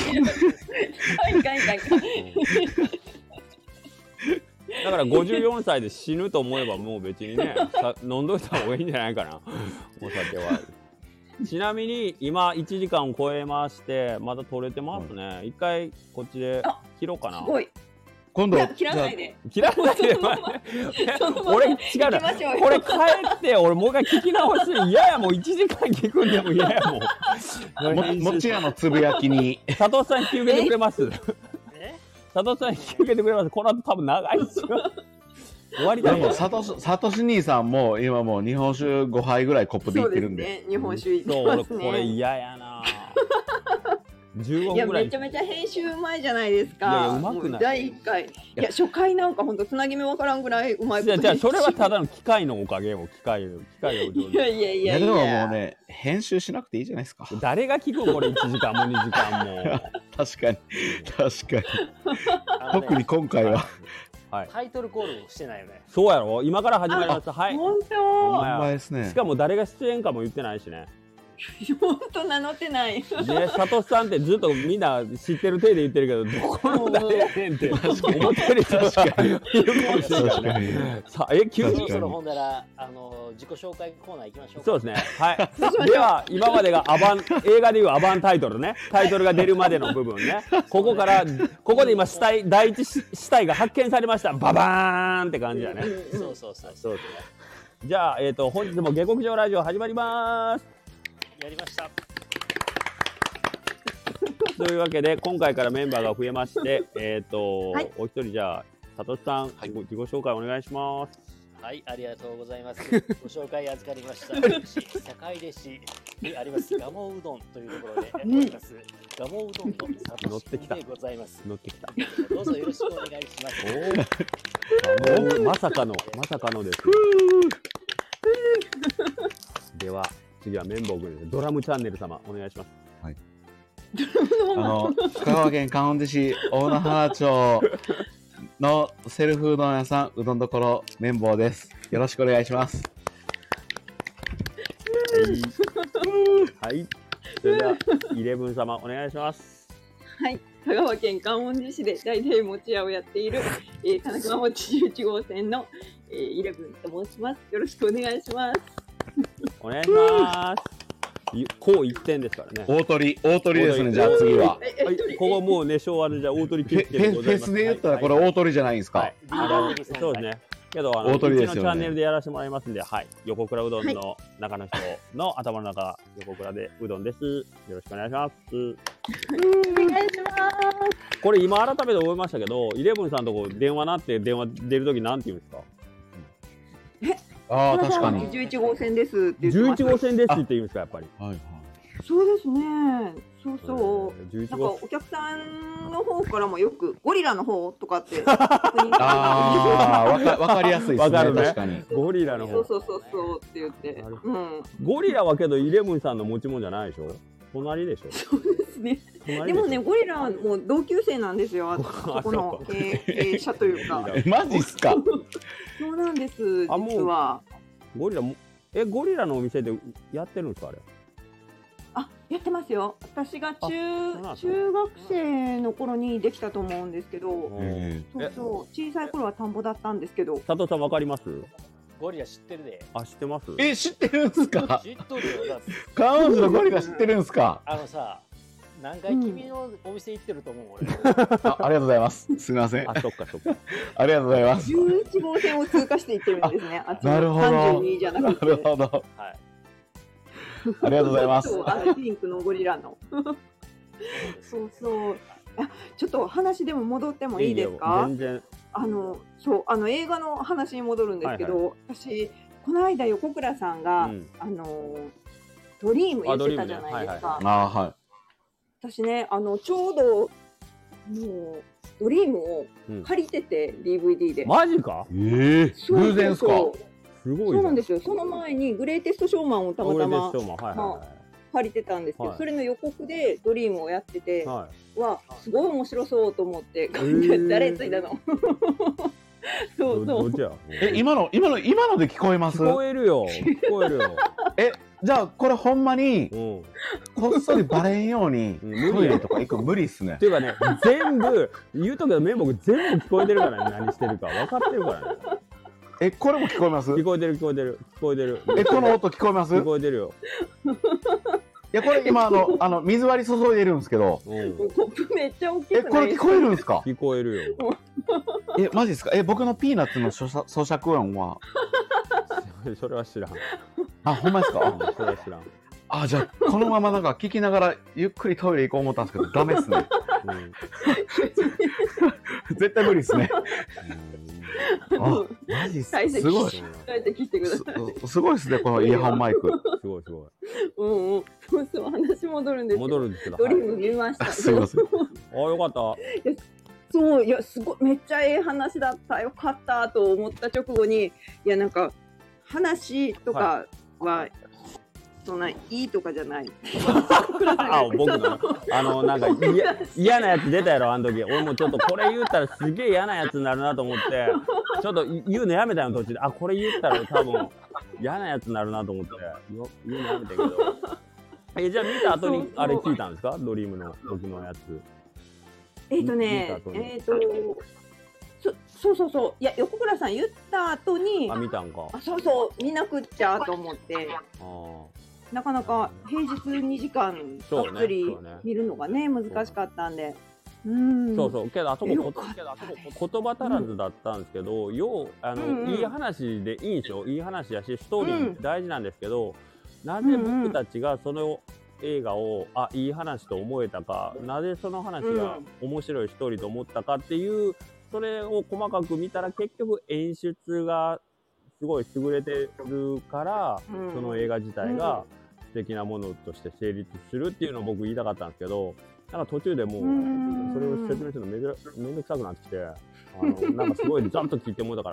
だから54歳で死ぬと思えばもう別にね飲んどいた方がいいんじゃないかな、お酒は。ちなみに今1時間を超えまして、まだ取れてますね。一回こっちで切ろうかな。 すごい。 今度切らないで。 切らないで。俺違うな。これ帰って俺もう一回聞き直して嫌やもう1時間聞くんでも嫌やもん。 もちやのつぶやきに佐藤さん引き受けてくれます。佐藤さん引き受けてくれます。この後多分長いですよ。終わりだよ。 サトシ兄さんも今もう日本酒5杯ぐらいコップでいってるんで。 そうですね。日本酒いってますね。 これ嫌やな。15 いや分ぐらい。 めちゃめちゃ編集うまいじゃないですか。 いやうまくない。 第1回。いや初回なんか本当つなぎ目わからんぐらいうまいこと。 じゃあそれはただの機械のおかげよ。機械を上手。 いやでももうね編集しなくていいじゃないですか。 誰が聞くこれ1時間も2時間も。 確かに特に今回は。 タイトルコールしてないよね。 そうやろ。今から始まります。はい。 本当。 ほんまですね。 しかも誰が出演かも言ってないしね。 本当名乗ってない。 ね、佐藤さんってずっとみんな知ってる体で言ってるけど、どこの誰やねんって思ってる人がいるかもしれないね。さあ、急にそろほんだら自己紹介コーナー行きましょう。 そうですね。はい。では今までが映画でいうアバンタイトルね、タイトルが出るまでの部分ね。ここで今第一死体が発見されました。ババーンって感じだね。 そうですね。 じゃあ本日も下克上ラジオ始まります。 やりました。 というわけで今回からメンバーが増えまして、 はい、 お一人じゃあ佐藤さん、自己紹介お願いします。 はい、ありがとうございます。ご紹介預かりました。私坂出市にあります蒲生うどんというところでやっております蒲生うどんの佐藤でございます。 乗ってきた。 どうぞよろしくお願いします。 まさかのです。では次は綿棒君ドラムチャンネル様お願いします。 はい。香川県観音寺市大野原町のセルフうどん屋さんうどんどころ綿棒です。よろしくお願いします。 はい。それではイレブン様お願いします。 はい。香川県観音寺市で代々餅屋をやっている金熊餅11号線のイレブンと申します。よろしくお願いします。 お願いします。こう一点ですからね。 大鳥ですね。じゃあ次は。 ここもうね昭和のじゃあ大鳥ピッケでございます。 フェスで言ったらこれ大鳥じゃないんですか。 そうですね。けど大鳥ですよね。 うちのチャンネルでやらせてもらいますんで、はい。横倉うどんの中の人の頭の中横倉でうどんです。よろしくお願いします。 お願いします。 これ今改めて思いましたけど、イレブンさんとこ電話なって電話出るときなんて言うんですか。 ああ確かに。 11号線ですって言ってます。 11号線ですって言うんですかやっぱり。 はいはい。 そうですね。そう。なんかお客さんの方からもよくゴリラの方とかって。 ああわかりやすいですね。確かに。 ゴリラの方。 そうって言って。 ゴリラはけどイレブンさんの持ち物じゃないでしょ。隣でしょ。 そうですね。でもねゴリラはもう同級生なんですよ。そこの経営者というか。 マジっすか。 そうなんです。実は。 ゴリラのお店でやってるんですかあれ。 やってますよ。私が中学生の頃にできたと思うんですけど、そう小さい頃は田んぼだったんですけど。 佐藤さんわかります？ ゴリラ知ってるで。 あ知ってます？ 知ってるんすか？ 知っとるよ。 観音寺のゴリラ知ってるんすか？ さ。何回君のお店行ってると思う俺。 ありがとうございます。すみません。 あそっか。 ありがとうございます。 11号線を通過していってるんですね。 なるほど。 32じゃなくて。 なるほど。はい。ありがとうございます。 ピンクのゴリラの。そう。ちょっと話でも戻ってもいいですか？ 全然。 映画の話に戻るんですけど、私この間横倉さんがドリームやってたじゃないですか。 はい。 私ねちょうどもうドリームを借りてて、DVD で。 マジか？ 偶然ですか？ すごい。 そうなんですよ。その前にグレイテストショーマンをたまたま借りてたんですけど、それの予告でドリームをやってて、わすごい面白そうと思って誰ついたの？そう。 今ので聞こえます？ 聞こえるよ。 じゃあこれほんまにこっそりバレんようにトイレとか行く無理っすね。 っていうかね全部言うとくけど綿棒全部聞こえてるからね。何してるか分かってるからね。 これも聞こえます？ 聞こえてる。 この音聞こえます？ 聞こえてるよ。 や、これ今水割り注いでるんですけど。 コップめっちゃ大きくない？ これ聞こえるんですか？ 聞こえるよ。 マジですか？僕のピーナッツの咀嚼音は。 それは知らん。 あ、ほんまですか？ それは知らん。 じゃあ、このままなんか聞きながらゆっくりトイレ行こう思ったんですけど、ダメっすね。絶対無理っすね。マジっす。すごい。すごいっすね、このイヤホンマイク。 すごいすごい。 そう話戻るんですけど。 戻るんですけど。 ドリーム見ました。 すいません。 よかった。 そう、いや、すごい、めっちゃええ話だった、よかったと思った直後に、いや、なんか、話とかは、そんないいとかじゃない。 僕のなんか嫌なやつ出たやろ、あの時。俺もちょっとこれ言ったらすげえ嫌なやつになるなと思って、ちょっと言うのやめたよ、途中で。これ言ったら多分嫌なやつになるなと思って言うのやめたけど。じゃあ見た後にあれ聞いたんですか？ドリームの僕のやつ。 そう。いや、横倉さん言った後に、 見たんか。 そう、見なくっちゃと思って。なかなか平日2時間がっつり見るのがね、難しかったんで。 そうけどあそこ言葉足らずだったんですけど、いい話でいいんですよ。いい話やしストーリー大事なんですけど、なぜ僕たちがその映画をいい話と思えたか、なぜその話が面白いストーリーと思ったかっていう、それを細かく見たら結局演出がすごい優れてるから、その映画自体が素敵なものとして成立するっていうのを僕言いたかったんですけど、なんか途中でもうそれを説明するのめんどくさくなってきて、なんかすごいざっと聞いてもらったから、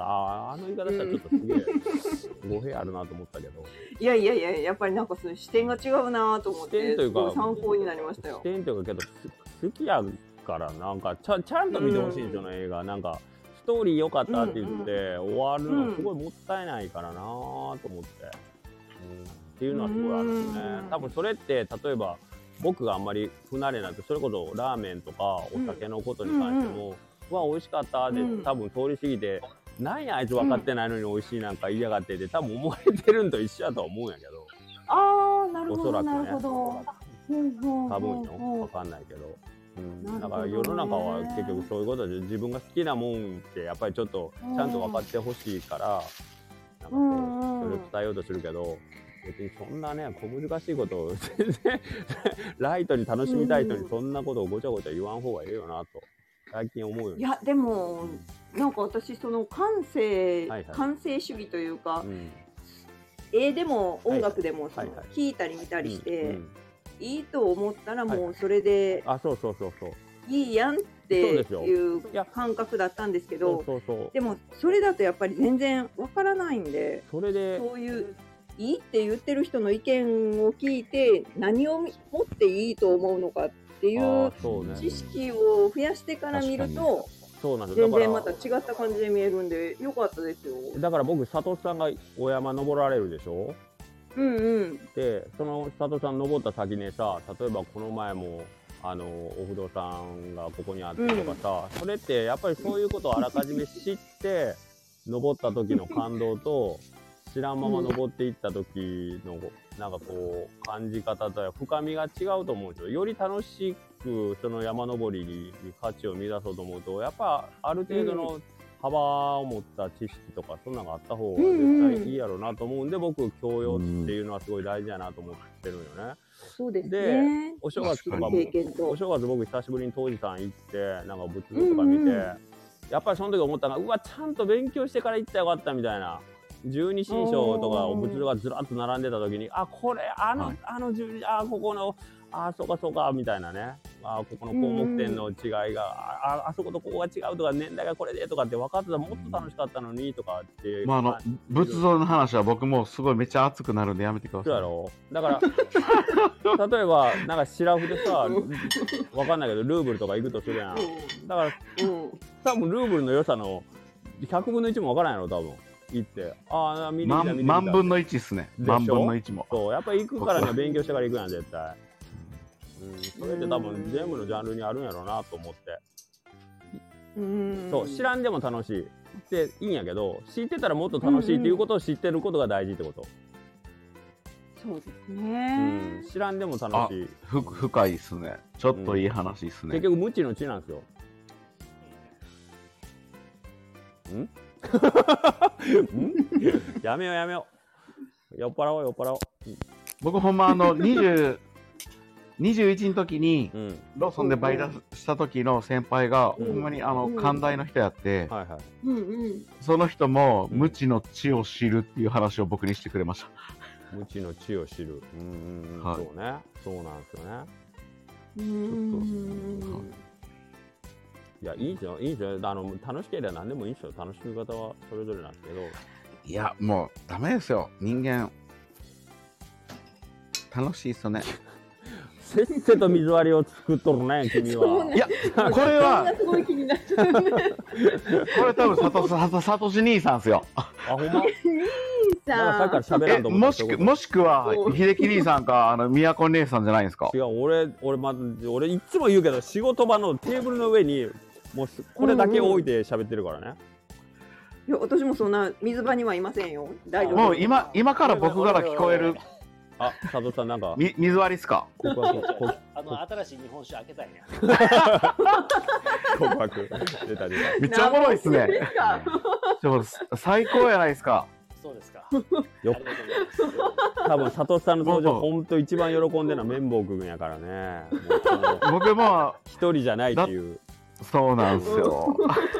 あの言い方したらちょっとすげえ語弊あるなと思ったけど。 いや、やっぱりなんかその視点が違うなと思って、すごい参考になりましたよ。 視点というかけど好きやからなんかちゃんと見てほしいんですよね、映画。なんかストーリー良かったって言って終わるのすごいもったいないからなと思って、っていうのはすごいあるんですね。多分それって例えば僕があんまり不慣れなく、それこそラーメンとかお酒のことに関しても、美味しかったで多分通り過ぎて、なんやあいつ分かってないのに美味しいなんか言いやがってで多分思われてるんと一緒やとは思うんやけど。 なるほど、なるほど。 多分よ、分かんないけど。だから世の中は結局そういうことで、自分が好きなもんってやっぱりちょっとちゃんと分かってほしいから、なんかそれを伝えようとするけど、別にそんなね小難しいことを全然ライトに楽しみたい人にそんなことをごちゃごちゃ言わん方がいいよなと最近思うよね。 いやでもなんか私その感性主義というか、絵でも音楽でも聴いたり見たりして、いいと思ったらもうそれでいいやんっていう感覚だったんですけど、でもそれだとやっぱり全然わからないんで、そういういいって言ってる人の意見を聞いて何を持っていいと思うのかっていう知識を増やしてから見ると全然また違った感じで見えるんでよかったですよ。 だから僕佐藤さんがお山登られるでしょ。でその佐藤さん登った先にさ、例えばこの前もお不動産がここにあってとかさ、それってやっぱりそういうことをあらかじめ知って登った時の感動と知らんまま登っていった時のなんかこう感じ方と深みが違うと思うんですよ。より楽しくその山登りに価値を見出そうと思うと、やっぱある程度の幅を持った知識とかそんなのがあった方が絶対いいやろうなと思うんで、僕教養っていうのはすごい大事やなと思ってるんよね。 そうですね。 でお正月とかも僕久しぶりに当時さん行ってなんか仏像とか見て、やっぱりその時思ったのが、ちゃんと勉強してから行ったらよかったみたいな。十二神将とか仏像がずらっと並んでた時に、これ十二ここのそうかみたいなね、ここの項目点の違いがあそことここが違うとか、年代がこれでとかって分かってたらもっと楽しかったのにとかって、 仏像の話は僕もすごいめっちゃ熱くなるんでやめてください。 そうやろ。だから例えばなんかシラフでさ分かんないけどルーブルとか行くとするやん。だから多分ルーブルの良さの100分の1も分からんやろ多分。行って万分の1っすね。万分の1も。 そうやっぱり行くからには勉強してから行くやん絶対。それって多分全部のジャンルにあるんやろうなと思って。そう知らんでも楽しいっていいんやけど、知ってたらもっと楽しいっていうことを知ってることが大事ってこと。 そうですね。 知らんでも楽しい。 深いっすね。ちょっといい話っすね。 結局無知の知なんですよ。やめようやめよう。酔っ払おう酔っ払おう。 僕ほんま21の時にローソンでバイトした時の先輩がほんまに寛大の人やって、その人も無知の知を知るっていう話を僕にしてくれました。 無知の知を知る。そうね。そうなんですよね。いや、いいですよ、いいですよ。楽しければ何でもいいですよ。楽しみ方はそれぞれなんですけど。 いや、もうダメですよ。人間楽しいっすよね。 せっせと水割りを作っとるね、君は。 いや、これはこれ多分サトシ兄さんですよ。 あ、ほんま。なんかさっきから喋らんと思った。 もしくは秀樹兄さんか宮古姉さんじゃないですか。 違う、俺いつも言うけど、仕事場のテーブルの上にもうこれだけ置いて喋ってるからね。 いや、私もそんな水場にはいませんよ。大丈夫。 もう今から僕から聞こえる。 あ、佐藤さんなんか水割りっすか。 新しい日本酒開けたいね。 告白出た。 めっちゃおもろいっすね。最高やないですか。 そうですか。 多分佐藤さんの登場本当一番喜んでるのは綿棒くんやからね。 僕も一人じゃないっていう。 そうなんですよ。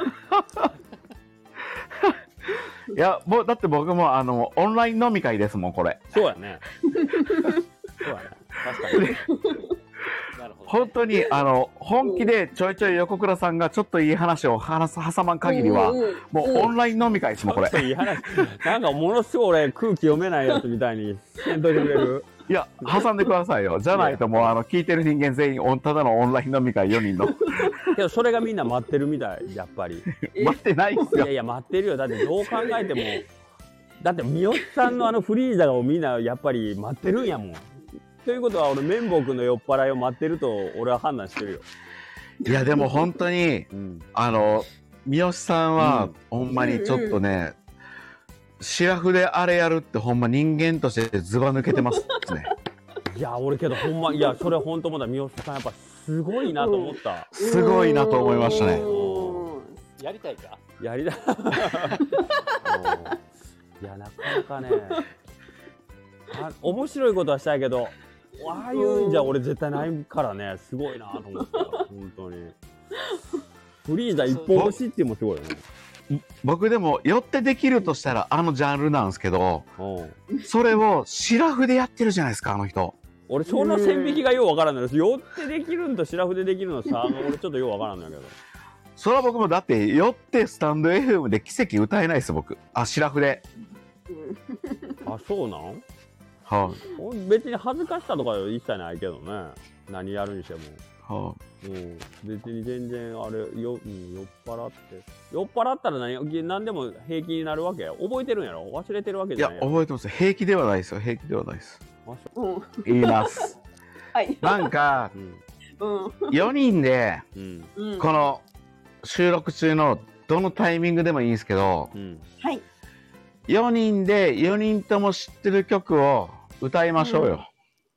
いや、だって僕もオンライン飲み会ですもん、これ。 そうやね。そうやね。確かに。 本当に本気でちょいちょい横倉さんがちょっといい話を挟まん限りはもうオンライン飲み会ですもんこれ。 いい話。なんかものすごい俺空気読めないやつみたいにせんといてくれる。 いや挟んでくださいよ。じゃないともう聞いてる人間全員ただのオンライン飲み会4人の。 けどそれがみんな待ってるみたいやっぱり。 待ってないっすよ。 いや待ってるよ。だってどう考えてもだって三好さんのフリーザをみんなやっぱり待ってるんやもん。ということは俺綿棒くんの酔っ払いを待ってると俺は判断してるよ。 いやでも本当に、三好さんは、ほんまにちょっとね、シラフであれやるってほんま人間としてずば抜けてますね。 いや俺けどほんまいやそれ本当もだ三好さんやっぱすごいなと思った。 すごいなと思いましたね。 やりたいか。 やりたい。いやなかなかね面白いことはしたいけど。ああいうんじゃ俺絶対ないからねすごいなと思った本当に。フリーザ一本押しってもすごいよね。 僕でも寄ってできるとしたらジャンルなんですけど、それをシラフでやってるじゃないですか人。 俺その線引きがようわからんのよ。寄ってできるんとシラフでできるのさ俺ちょっとようわからんのやけど。 それは僕もだって寄ってスタンド FM で奇跡歌えないです僕。シラフで。 あそうなん。別に恥ずかしさとか一切ないけどね何やるにしても、別に全然あれ酔っ払ったら何でも平気になるわけ。覚えてるんやろ。忘れてるわけじゃない。 いや覚えてます。平気ではないですよ。平気ではないです。言います。なんか、4人で、この収録中のどのタイミングでもいいんですけど、4人で4人とも知ってる曲を歌いましょうよ。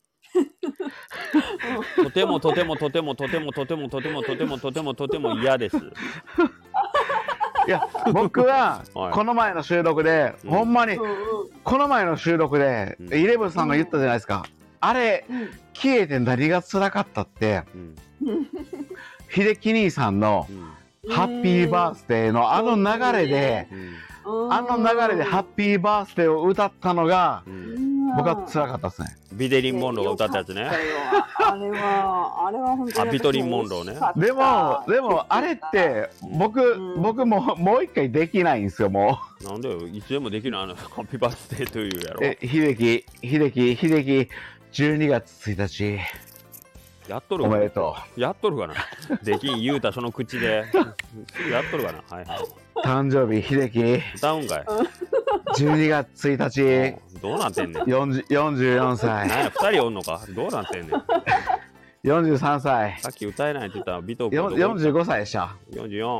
とてもとてもとてもとてもとてもとてもとてもとてもとても嫌です。 いや僕はこの前の収録でほんまにこの前の収録でイレブンさんが言ったじゃないですか。あれ消えて何が辛かったって秀樹兄さんのハッピーバースデーの流れでハッピーバースデーを歌ったのが僕は辛かったですね。 ビデリン・モンローが歌ったやつね。 あれは本当に。 ビトリン・モンローね。 でもあれって僕もう一回できないんですよもう。 なんだよいつでもできるハッピーバースデーというやろ。 秀樹12月1日やっとるおめでとう。やっとるかな。できん言うたその口でやっとるかな。はいはい。 誕生日秀樹歌うんかい。 12月1日どうなってんねん。 44歳。 何や2人おんのか。どうなってんねん。 43歳。 さっき歌えないって言ったら尾藤君 45歳でした。 44。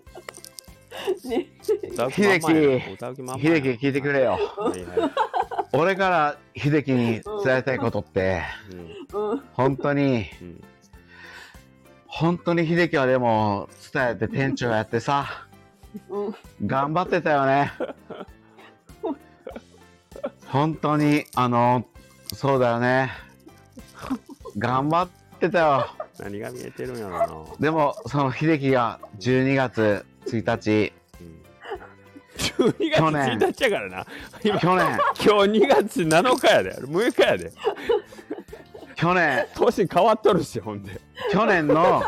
秀樹聞いてくれよ。 俺から秀樹に伝えたいことって、本当に秀樹はでも伝えて店長やってさ、頑張ってたよね。本当にそうだよね。頑張ってたよ。 何が見えてるんやろな。 でもその秀樹が12月1日、 12月1日やからな。 去年今日2月7日やで、6日やで。 去年年変わっとるし、ほんで。 去年の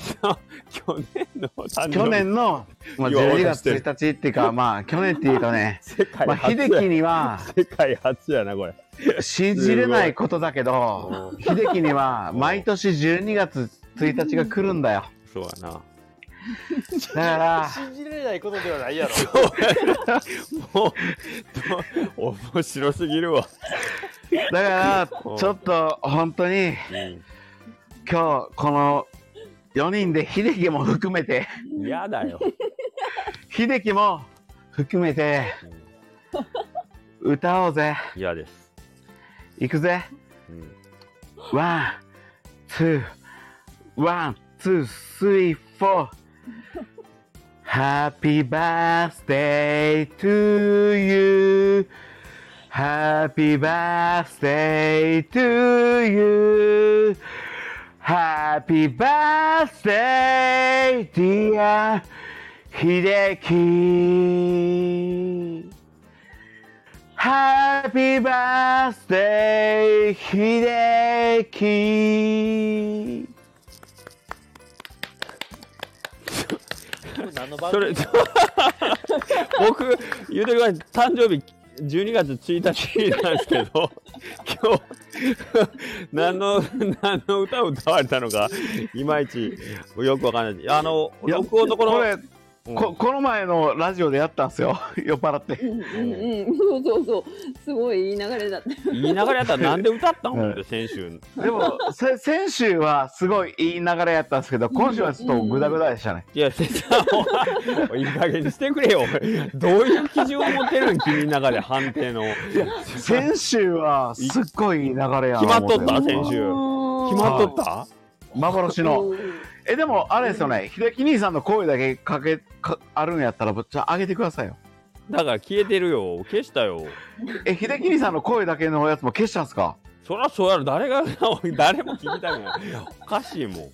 まあ、12月1日っていうか、まあ去年っていうかね、まあ、秀樹には世界初やなこれ。 信じれないことだけど、秀樹には毎年12月1日が来るんだよ。 そうやな。 だから信じれないことではないやろ。 もう面白すぎるわ。 だからちょっと本当に、今日この4人で秀樹も含めて、 嫌だよ。 秀樹も含めて歌おうぜ。 嫌です。 行くぜ。ワン、ツー、スリー、フォー。Happy birthday to you. Happy birthday to you. Happy birthday, dear 秀樹。Happy birthday, 秀樹。 それ僕言うてるから誕生日12月1日なんですけど、今日何の歌を歌われたのかいまいちよくわかんない。録音のこれこの前のラジオでやったんですよ。酔っ払って。 そうすごいいい流れだった。 いい流れやったらなんで歌ったのって先週。 でも先週はすごいいい流れやったんですけど、今週はちょっとグダグダでしたね。 いや先生いい加減にしてくれよ。どういう基準を持ってるん君の中で判定の。 先週はすっごいいい流れやな。 決まっとった先週。決まっとった。 幻の。でもあれですよね、秀樹兄さんの声だけあるんやったらぶっちゃ上げてくださいよ。 だから消えてるよ。消したよ。 秀樹兄さんの声だけのやつも消したんすか？ そりゃそうやろ。誰も聞きたくない。おかしいもん。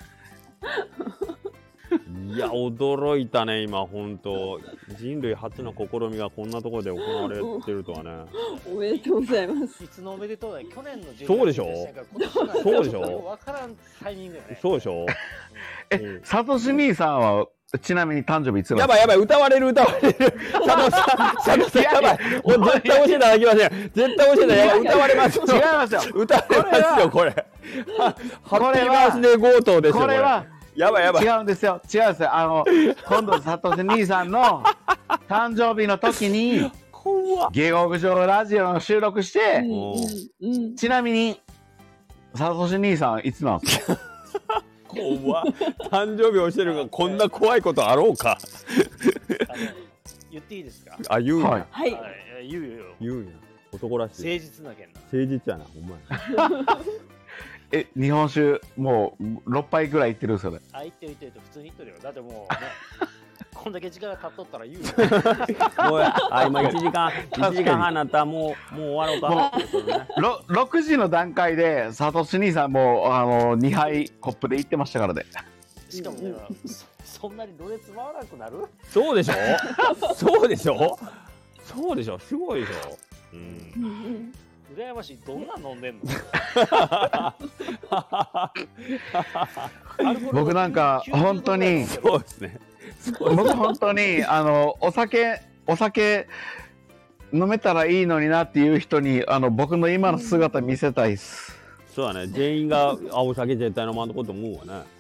いや驚いたね今本当。人類初の試みがこんなところで行われてるとはね。 おめでとうございます。 いつのおめでとうだよ。去年の12 そうでしょ。そうでしょ。 わからんタイミングよね。 そうでしょ。 サトシ兄さんはちなみに誕生日いつなんですか？やばい歌われる。佐藤さんやばい。絶対教えたらいけません。絶対教えたらやばい。歌われますよ。 違いますよ。 歌われますよこれ。ハッピーバースデー強盗ですよこれは。やばい違うんですよ。今度サトシ兄さんの誕生日の時に下克上ラジオの収録して、ちなみにサトシ兄さんいつなんですか？ 怖っ。誕生日をしてるがこんな怖いことあろうか。 言っていいですか？ あ、言うんや。 はい。 言うんや。男らしい。 誠実なけんな。 誠実やな、お前。 日本酒もう6杯ぐらいいってるんですよね。 言ってる普通に言ってるよ。だってもうねこんだけ時間が経っとったら言うよ。 もう今1時間半なったらもう終わろうか。 6時の段階でサトシ兄さんも2杯コップでいってましたからね。 しかもね、そんなにろれつ回らなくなる？ そうでしょ。そうでしょ。そうでしょ。すごいでしょ。 羨ましい。どんな飲んでんの？ 僕なんか本当にそうですね。 僕本当にお酒飲めたらいいのになっていう人に僕の今の姿見せたいっす。 そうだね。全員がお酒絶対飲まんとこと思うわね。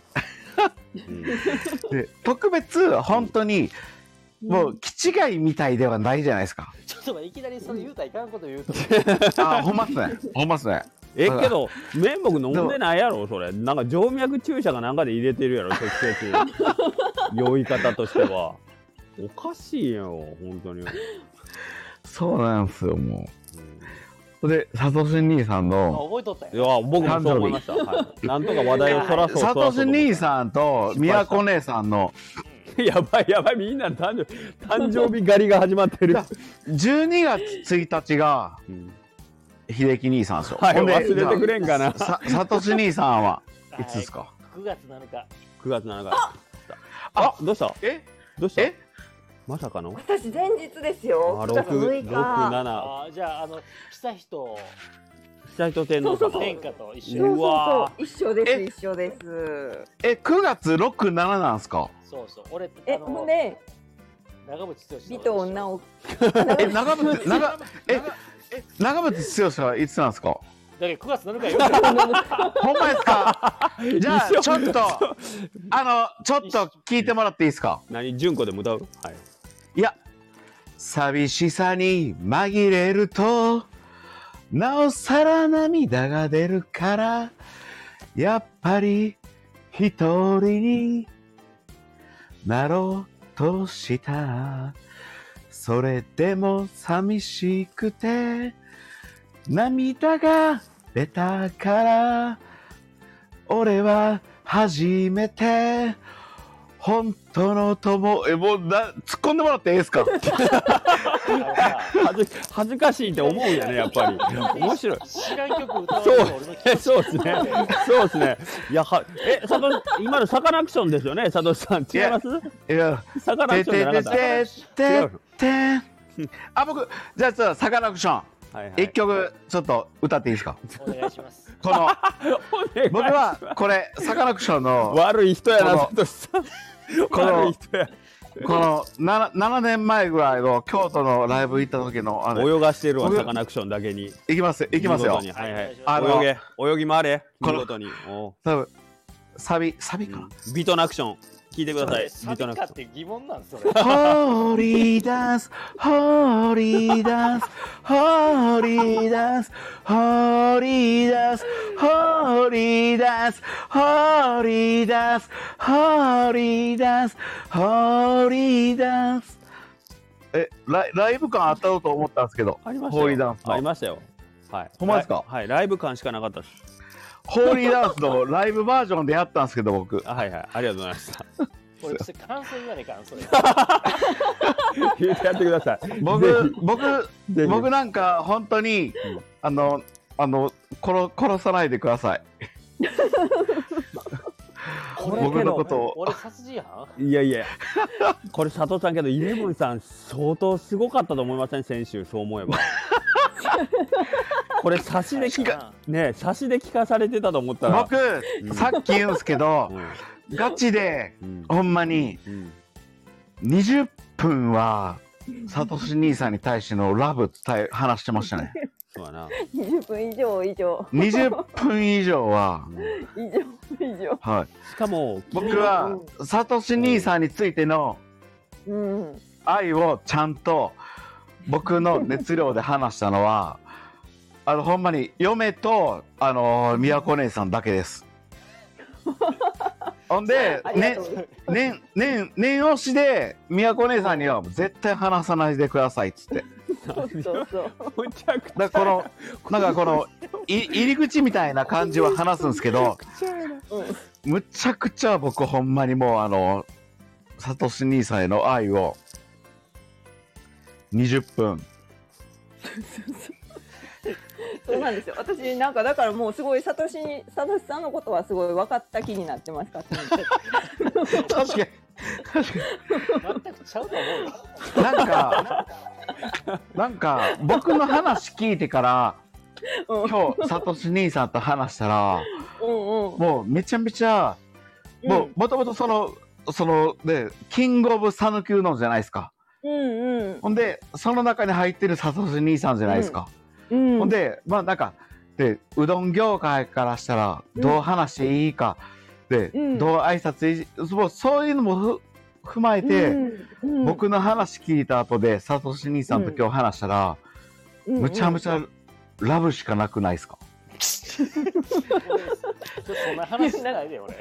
で特別本当にもう気違いみたいではないじゃないですか。 ちょっといきなりそれ言うたらいかんこと言うと。 ほんまっすね。 けど綿僕飲んでないやろそれ。なんか静脈注射かなんかで入れてるやろ直接。酔い方としてはおかしいよ本当に。 そうなんですよもで、サトシ兄さんの、 覚えとったよ。いや、僕もそう思いました。はい。なんとか話題をそらそう。 サトシ兄さんと、みやこ姉さんの、 やばいやばい、みんなの誕生日狩りが始まってる。 12月1日が、秀樹兄さんですよ。 はい、忘れてくれんかな。 サトシ兄さんはいつですか ？9月7日。 9月7日。あ、どうした？どうした？まさかの？ 私前日ですよ。 6、7。 じゃあ悠仁天皇様。 天下と一緒。一緒です、一緒です。 9月6、7なんですか？ そうそう。俺ほんで長渕剛。 美と女を。 長渕剛はいつなんですか？ だけど9月7日よ。 ほんまですか？じゃあちょっと聞いてもらっていいですか？ 何純子でも歌う？はい。 いや、寂しさに紛れるとなおさら涙が出るからやっぱり一人になろうとした。それでも寂しくて涙が出たから俺は初めて本当の友もう突っ込んでもらっていいですか？ 恥ずかしいって思うんやね、やっぱり。面白い。 知らん曲歌うのそうですね。そうですね。いや今のサカナクションですよね、佐藤さん。違います？ いや、 サカナクションじゃなかった。 僕じゃあサカナクション一曲ちょっと歌っていいですか？ お願いします。 僕はこれサカナクションの悪い人やな、佐藤さん。 この7年前ぐらいの京都のライブ行った時の泳がしてるわ、サカナクションだけに。 行きますよ。泳ぎ回れ、見事に。 多分サビかビトナクション聞いてください。 サビかって疑問なんそれ。 ホーリーダンス、ホーリーダンス、ホーリーダンス、ホーリーダンス、ホーリーダンス、ホーリーダンス、ホーリーダンス、ホーリーダンス。ライブ感あったと思ったんですけど、 ありまホーリーダンスありましたよ。はい。 ほんまですか？ はい、ライブ感しかなかったです。 ホーリーダンスのライブバージョンでやったんですけど、僕。 はいはい、ありがとうございました。 俺感想言わねえかんそれ。 言ってやってください。 僕なんか本当に殺さないでください。僕のことを。 俺殺人犯？ いやいや。これ佐藤さんけどイレブンさん相当すごかったと思いません？先週そう思えば。これ差しで聞かされてたと思ったら僕、さっき言うんですけど、ガチで、ほんまに、20分はサトシ兄さんに対してのラブ話してましたね。 そうやな。 20分以上。 20分以上は、 以上。 はい。 しかも僕はサトシ兄さんについての愛をちゃんと僕の熱量で話したのはほんまに嫁と宮子姉さんだけです。ほんで念押しで宮子姉さんには絶対話さないでくださいっつって。だからこの入り口みたいな感じは話すんですけど、むちゃくちゃ僕ほんまにもうサトシ兄さんへの愛を20分。 そうなんですよ。私なんかだからもうすごいサトシさんのことはすごい分かった気になってますか？ 確かに全くちゃうと思うよ。 なんか僕の話聞いてから今日サトシ兄さんと話したらもうめちゃめちゃもともとそのでキングオブ讃岐うどんじゃないですか。ほんでその中に入ってるサトシ兄さんじゃないですか。ほんでなんかでうどん業界からしたらどう話していいか、でどう挨拶そういうのも踏まえて、僕の話聞いた後でサトシ兄さんと今日話したら、むちゃむちゃラブしかなくないですか？ そんな話しないで俺。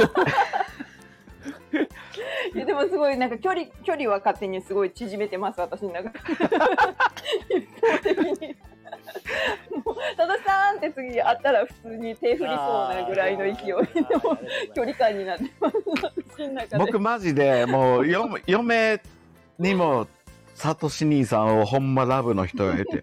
でもすごいなんか距離は勝手にすごい縮めてます、私の中で。一方的に佐藤さんって次会ったら普通に手振りそうなぐらいの勢いの距離感になってます。 僕マジでもう嫁にもサトシ兄さんをほんまラブの人がいて。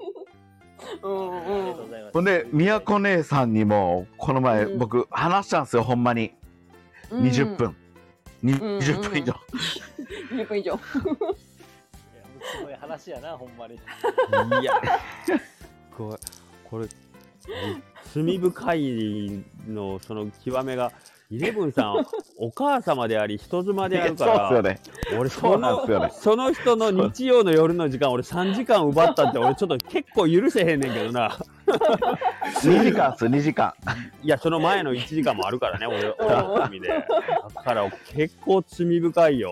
ほんで宮子姉さんにもこの前僕話したんですよ、ほんまに20分以上 20分以上すごい話やな、ほんまに。いやこれ罪深いのその極めがイレブンさんお母様であり人妻であるから、俺その人の日曜の夜の時間俺3時間奪ったって俺ちょっと結構許せへんねんけどな。 2時間っす2時間。 いやその前の1時間もあるからね俺の意味で。だから結構罪深いよ。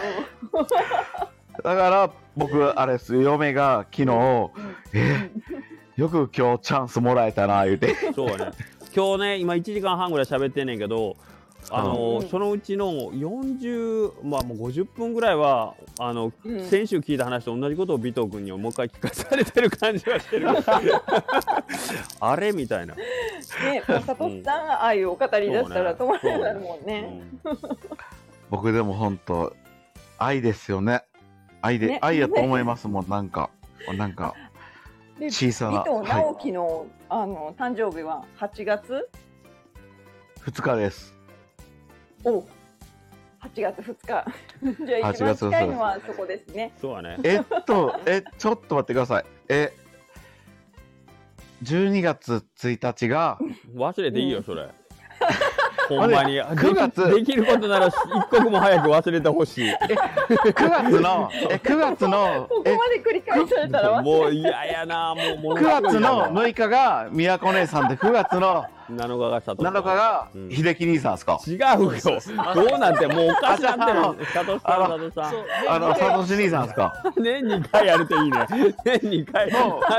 だから僕あれです嫁が昨日よく今日チャンスもらえたな言うて。 そうね。今日ね今1時間半ぐらい喋ってんねんけど、そのうちの40まあもう50分ぐらいは先週聞いた話と同じことを尾藤君にもう一回聞かされてる感じはしてる。あれみたいな。 ね、佐藤さんがああいうお語り出したら止まらなくなるもんね。 僕でも本当愛ですよね。愛やと思いますもん。なんか小さな。 尾藤直樹の誕生日は8月 2日です。 お、8月2日。じゃあ一番近いのはそこですね。 そうはね。 ちょっと待ってください。12月1日が忘れていいよそれ。ほんまに 9月できることなら一刻も早く忘れてほしい。 9月のここまで繰り返されたらもう嫌やな。もう 9月の6日が宮子姉さんで9月の 7日が秀樹兄さんですか。 違うよ。どうなんてもうおかしなってる。佐藤さん佐藤兄さんですか。 年2回やるといいね。年2回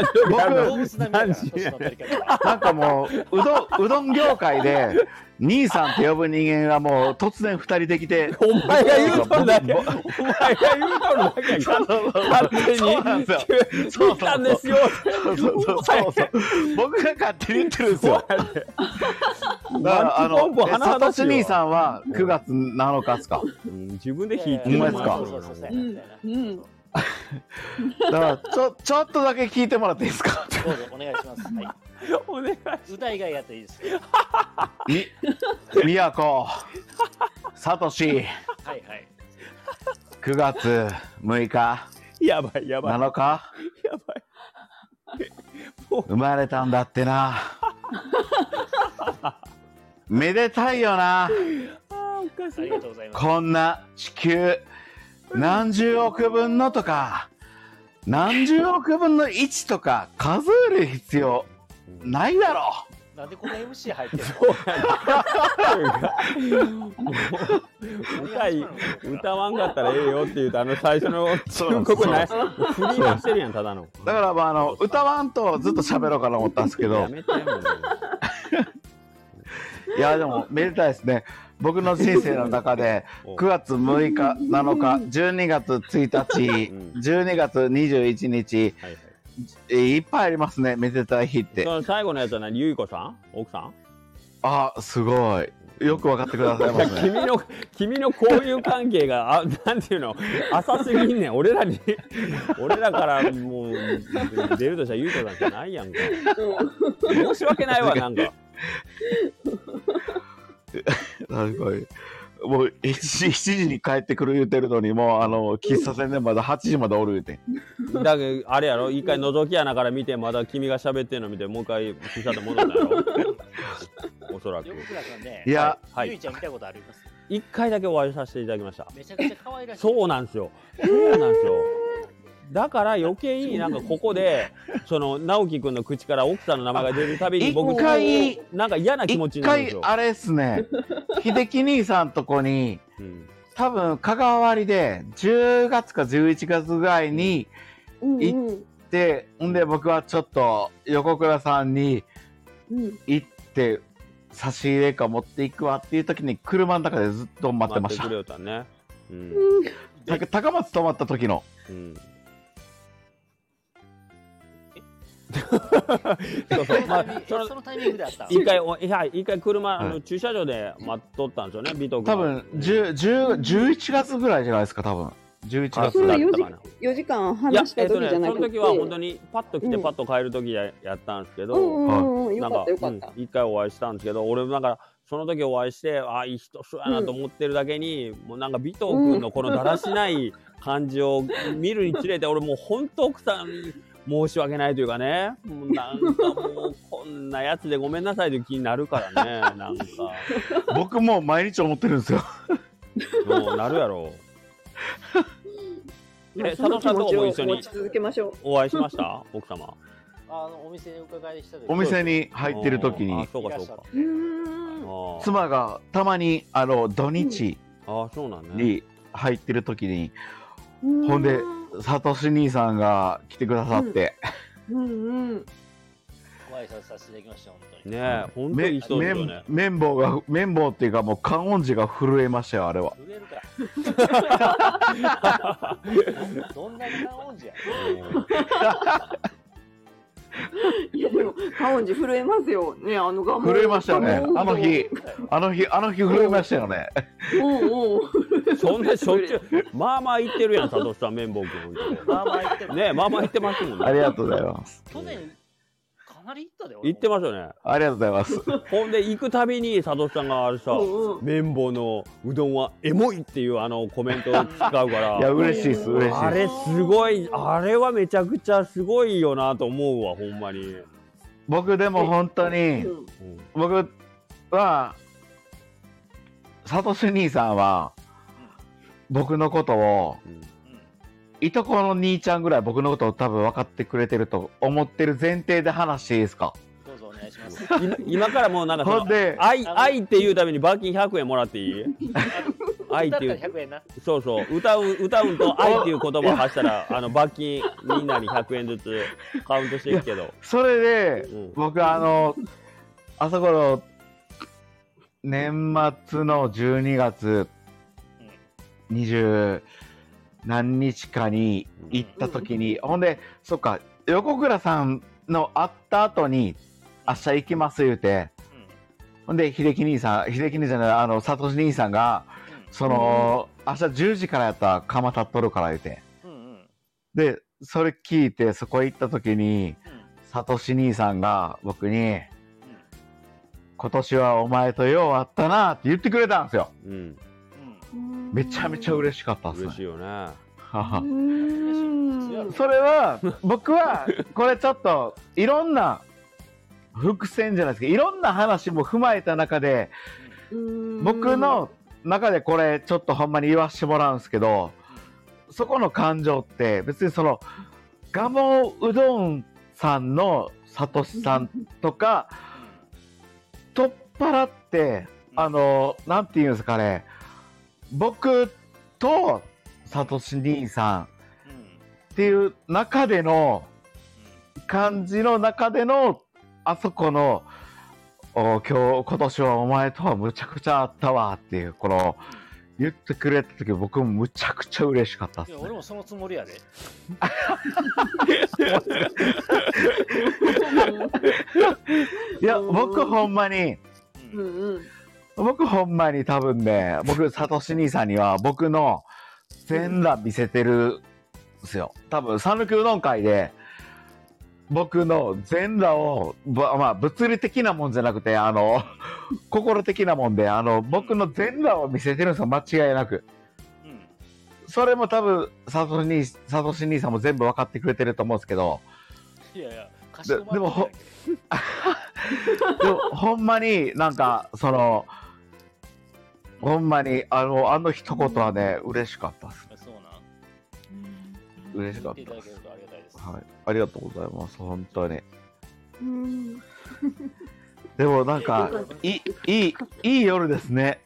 なんかもううどん業界で兄さんって呼ぶ人間がもう突然2人できて、 お前が言うとるだけやんか。勝手にそうなんですよ。 僕が勝手に言ってるんですよ。だからサトシ兄さんは9月7日ですか。 自分で弾いてるんですか。だからちょっとだけ聞いてもらっていいですか。 どうぞお願いします。はい。 お願い。 歌以外やっていいですよ。 宮子、サトシ。 はいはい。 9月6日。 やばいやばい。 7日。 やばい。 生まれたんだってな。めでたいよな。 ありがとうございます。 こんな地球何十億分のとか何十億分の1とか数える必要ないだろう。なんでこの MC 入ってるの。歌わんかったらええよって言うと最初の忠告ない振り出してるやんただの。 だから歌わんとずっと喋ろうかな思ったんですけど。 やめていやでもめでたいですね。僕の人生の中で9月6日7日12月1日12月21日いっぱいありますね。めでたい日って。 その最後のやつは何、ゆいこさん奥さん。 あ、すごいよく分かってくださいますね。 君の交友関係がなんていうの浅すぎんねん。俺らからもう出るとしたらゆいこさんじゃないやんか。申し訳ないわなんか。 なんかもう7時に帰ってくる言うてるのにもう喫茶店でまだ8時までおる言うて。 だけどあれやろ、一回覗き穴から見てまだ君が喋ってんの見てもう一回喫茶店戻ったやろ。おそらく。 いや、ゆいちゃん見たことあります。 一回だけお会いさせていただきました。 めちゃくちゃ可愛らしい。 そうなんですよ。そうなんですよ。だから余計になんかここでその直樹くんの口から奥さんの名前が出るたびに僕なんか嫌な気持ちになるんですよ。 一回あれっすね。秀樹兄さんとこに、多分関わりで10月か11月ぐらいに行って、んで僕はちょっと横倉さんに行って差し入れか持っていくわっていう時に車の中でずっと待ってました。 待ってくれたね。 高松泊まった時の。 そうそう、まあ、 そのタイミングであった。 一回車、駐車場で待っとったんですよね、ビト君。 多分11月ぐらいじゃないですか、多分。11月だったかな。4時間話した時じゃなくて、 その時は本当にパッと来てパッと帰る時やったんですけど、 よかったよかった。 一回お会いしたんですけど、俺もだからその時お会いして、いい人そうやなと思ってるだけに、もうなんか尾藤君のこのだらしない感じを見るにつれて、俺もう本当奥さんに申し訳ないというかね、もうなんかもうこんなやつでごめんなさいという気になるからね、なんか。 僕も毎日思ってるんですよ。 そうなるやろ。佐藤さんとも一緒にお会いしました？奥様。 お店に伺いした時。 お店に入ってる時に。 そうかそうか。 妻がたまに土日に入ってる時に、ほんでサトシ兄さんが来てくださって、 ご挨拶させていただきました。本当にね、 本当にいい人ですよね。 綿棒っていうかもう観音寺が震えましたよ、あれは。 震えるか。どんな観音寺や。 いやでも観音寺震えますよね、 震えましたよね、あの日震えましたよね。 そんなしょっちゅうまあまあ言ってるやん、佐藤さん、綿棒君。 まあまあ言ってるね、まあまあ言ってますもんね。 ありがとうございます。 去年かなり行ったで。 行ってますよね。 ありがとうございます。 ほんで行くたびに佐藤さんがあれさ、綿棒のうどんはエモいっていうコメントを使うから。 いや嬉しいです、嬉しいです。 あれすごい、あれはめちゃくちゃすごいよなと思うわ、ほんまに。 僕でも本当に、僕はサトシ兄さんは僕のことを、いとこの兄ちゃんぐらい僕のことを多分分かってくれてると思ってる前提で話していいですか？ どうぞお願いします。 今からもうなんかその愛っていうために罰金100円もらっていい？愛っていう 100円な。 そうそう、歌うんと愛っていう言葉を発したら罰金みんなに100円ずつカウントしていくけど。 それで、僕あそこの年末の12月20何日かに行った時に、ほんでそっか、横倉さんの会った後に明日行きます言うて、ほんで秀樹兄さんじゃないサトシ兄さんがその、明日10時からやったら釜立っとるから言うて、でそれ聞いてそこ行った時に、サトシ兄さんが僕に、今年はお前とよう会ったなって言ってくれたんですよ。めちゃめちゃ嬉しかったっすね。 嬉しいよね。 それは僕はこれちょっといろんな伏線じゃないですけど、いろんな話も踏まえた中で、僕の中でこれちょっとほんまに言わしてもらうんですけど、そこの感情って別にそのガモうどんさんのサトシさんとか取っ払って、なんていうんですかね、僕とサトシ兄さんっていう中での感じの中でのあそこの今年はお前とはむちゃくちゃあったわっていうこの言ってくれた時僕もむちゃくちゃ嬉しかったっすね。 いや俺もそのつもりやで。 いや僕ほんまに、僕ほんまに多分ね、僕サトシ兄さんには僕の全裸見せてるんですよ。多分讃岐うどん会で僕の全裸をまあ物理的なもんじゃなくて心的なもんで僕の全裸を見せてるんですよ、間違いなく。それも多分サトシ兄さんも全部分かってくれてると思うんですけど。 いやいやでもほんまになんかそのほんまに一言はね嬉しかったっす。 そうなん。 嬉しかったっす。はい、ありがとうございます本当に。でもなんかいい夜ですね。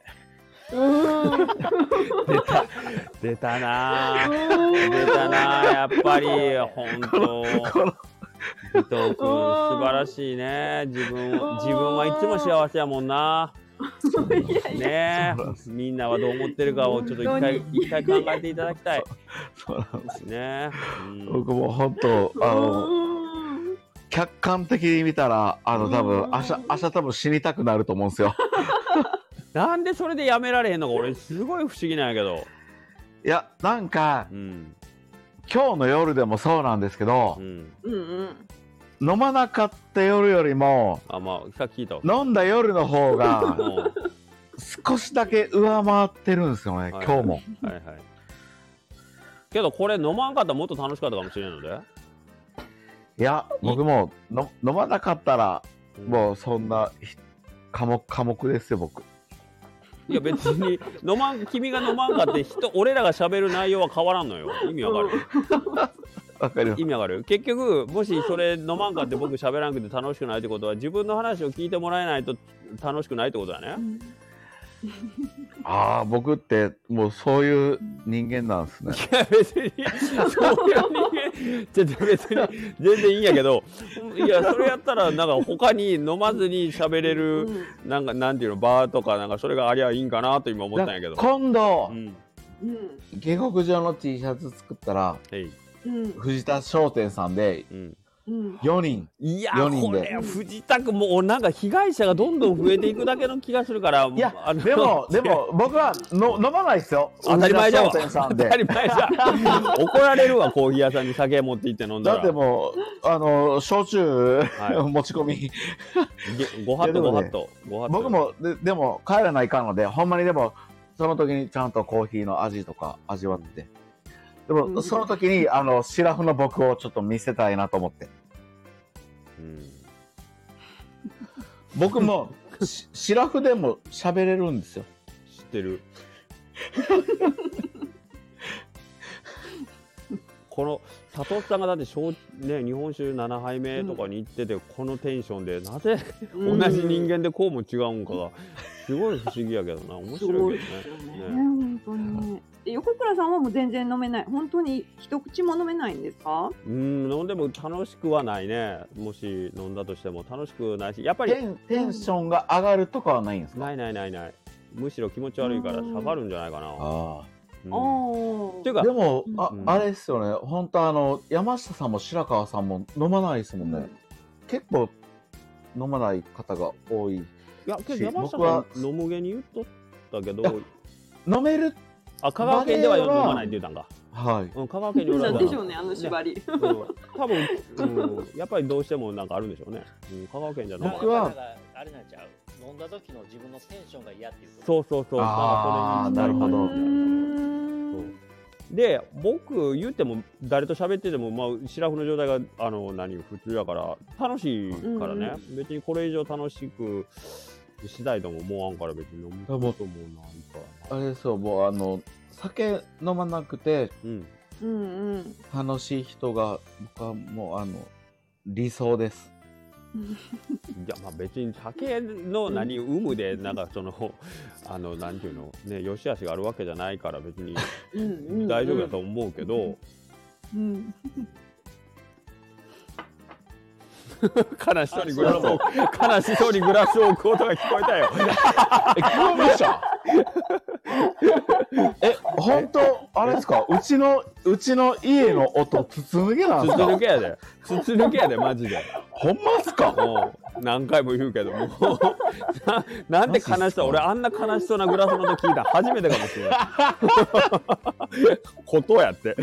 出たなやっぱり本当。伊藤君素晴らしいね。自分はいつも幸せやもんな。ねえ、みんなはどう思ってるかをちょっと一回考えていただきたい。 そうなんですね。 僕も本当客観的に見たら、多分、明日多分死にたくなると思うんですよ。 なんでそれでやめられへんのか、俺、すごい不思議なんやけど。 いや、なんか、今日の夜でもそうなんですけど、飲まなかった夜よりも、 さっき聞いた。 飲んだ夜の方が、少しだけ上回ってるんですよね、今日も。 はいはい。けど、これ飲まんかったらもっと楽しかったかもしれないので。 いや、僕も飲まなかったら、もうそんな、科目ですよ、僕。 いや別に君が飲まんかって俺らが喋る内容は変わらんのよ。意味わかる？ わかります。 意味わかる？結局もしそれ飲まんかって僕喋らんくて楽しくないってことは自分の話を聞いてもらえないと楽しくないってことだね。 ああ、僕ってもうそういう人間なんですね。 いや別にそういう人間別に全然いいんやけど、いやそれやったらなんか他に飲まずに喋れるなんていうのバーとかなんかそれがありゃいいんかなと今思ったんやけど。 今度、下克上の T シャツ作ったら、藤田商店さんで。4人。 いやこれ藤田君もうなんか被害者がどんどん増えていくだけの気がするから。 いやでも僕は飲まないですよ。 当たり前じゃん。当たり前じゃん。怒られるわコーヒー屋さんに酒持って行って飲んだら。 だってもう焼酎持ち込み。 ご法度。 僕もでも帰らないかんのでほんまにでもその時にちゃんとコーヒーの味とか味わって。でもその時にシラフの僕をちょっと見せたいなと思って、僕もシラフでも喋れるんですよ。 知ってる。この佐藤さんがだって日本酒7杯目とかに行っててこのテンションでなぜ同じ人間でこうも違うんかがすごい不思議やけどな。面白いけどね。 本当に。横倉さんはもう全然飲めない。本当に一口も飲めないんですか？ 飲んでも楽しくはないね。もし飲んだとしても楽しくないし、やっぱりテンションが上がるとかはないんですか？ ない。むしろ気持ち悪いから下がるんじゃないかな。 っていうかでもあれですよね。本当山下さんも白川さんも飲まないですもんね。結構飲まない方が多い。 いやけど山下さん飲むげに言っとったけど飲める。 香川県では飲まないって言ったんか。 はい。 香川県におらなんでしょうね、縛り。 多分やっぱりどうしてもなんかあるんでしょうね。香川県じゃない。 僕はあれなんちゃう。飲んだ時の自分のテンションが嫌っていう。 そう。 ああ、なるほど。 で、僕言っても誰と喋っててもシラフの状態が普通やから楽しいからね。別にこれ以上楽しくしたいとも思わんから別に飲むこともないから。 あれですよ、もう酒飲まなくて楽しい人が僕はもう理想です。 いや別に酒の有無でなんかなんていうのね良し悪しがあるわけじゃないから別に大丈夫だと思うけど。悲しそうにグラスを置く音が聞こえたよ。 聞こえました？本当あれですか？うちの家の音筒抜けなんですか？ 筒抜けやでマジで。 ほんまっすか？ 何回も言うけどもなんで悲しそう、俺あんな悲しそうなグラスの音聞いた初めてかもしれないことやって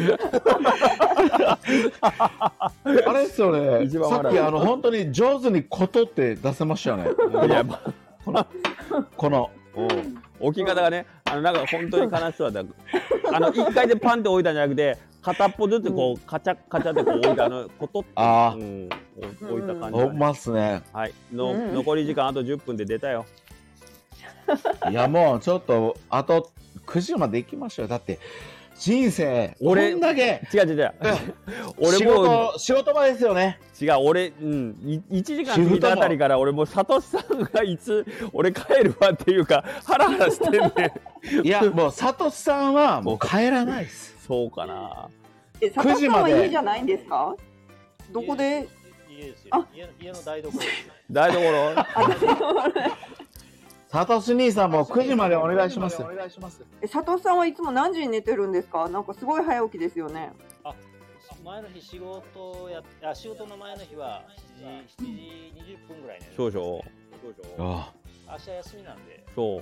あれですよね。さっき本当に上手にことって出せましたよね。いやこの置き方がねなんか本当に悲しそうだった一回でパンって置いたんじゃなくて片っぽずつこうカチャカチャでこう置いたことって置いた感じ。 ほんまっすね。 はい。残り時間あと10分で出たよ。 いやもうちょっとあと9時まで行きましょう。だって人生こんだけ違う俺も仕事場ですよね。 違う俺1時間過ぎたあたりから俺もうサトシさんがいつ俺帰るわっていうかハラハラしてんねん。いやもうサトシさんはもう帰らないです。 そうかな。 サトシさんは家じゃないんですか？どこで？ 家ですよ。家の台所。 台所。 サトシ兄さんも9時までお願いします。 サトシさんはいつも何時に寝てるんですか？なんかすごい早起きですよね。 前の日仕事の前の日は7時20分ぐらいね。 そうでしょ。 あ明日休みなんで。 そう。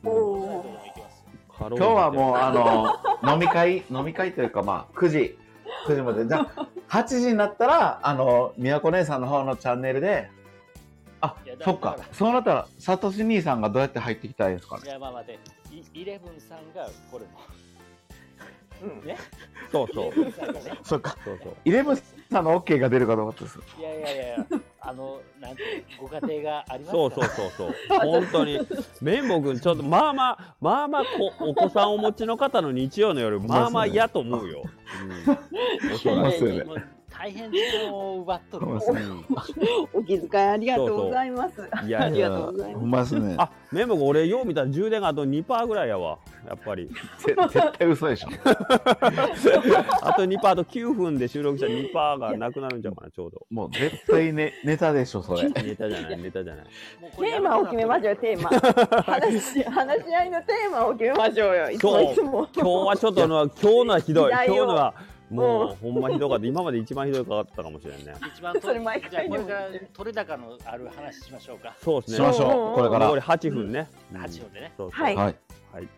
今日はもう飲み会というかまあ9時までじゃあ8時になったらみやこ姉さんの方のチャンネルでそっかそうなったらさとし兄さんがどうやって入ってきたらいいですかね。 いやまあ待ってイレブンさんがこれも。ね。 そうそう。 そっか。イレブンさんの OK が出るかと思ったです。 いやなんてご家庭がありますそう本当に綿棒君ちょっとまあまあお子さんをお持ちの方の日曜の夜まあまあ嫌と思うよ。 大変時間を奪っとる。 お気遣いありがとうございます。ありがとうございます。 あ、綿棒君俺よう見たら充電があと 2% ぐらいやわ。やっぱり絶対嘘でしょ。 あと 2%、あと9分で収録した 2% がなくなるんちゃうかな、ちょうど。 もう絶対ネタでしょ、それ。 ネタじゃない。 テーマを決めましょう、テーマ。話し合いのテーマを決めましょうよ、いつも。 今日はちょっと今日のはひどい。今日のはもうほんまひどかった。今まで一番ひどいかったかもしれんね。 一番それ毎回これから取れ高のある話しましょうか。 そうですね。 しましょう。これから。 これ8分ね。 8分でね。 はい。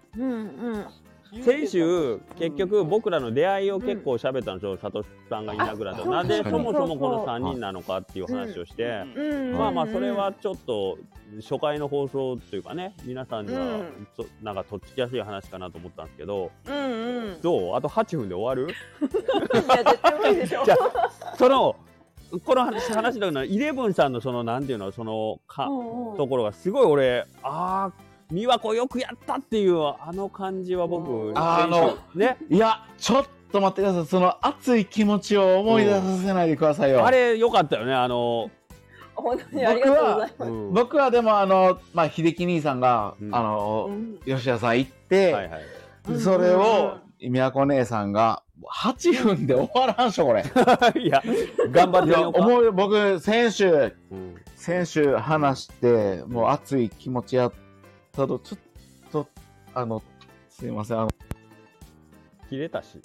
先週結局僕らの出会いを結構喋ったんですよ、サトシさんがいなくなって、なんでそもそもこの3人なのかっていう話をして、まあそれはちょっと初回の放送というかね、皆さんにはなんかとっつきやすい話かなと思ったんですけど、どう？あと8分で終わる？ いや絶対無理でしょ。 じゃあこの話だけどイレブンさんのそのなんていうのそのところがすごい俺美和子よくやったっていう感じは僕ね、いやちょっと待ってください。その熱い気持ちを思い出させないでくださいよ。 あれよかったよね。 本当にありがとうございます。 僕はでもまあ秀樹兄さんが吉田さん行って、それを宮子姉さんが8分で終わらんしょこれ。 いや頑張ってよ。 僕先週話してもう熱い気持ちやったとちょっとすいません切れたし。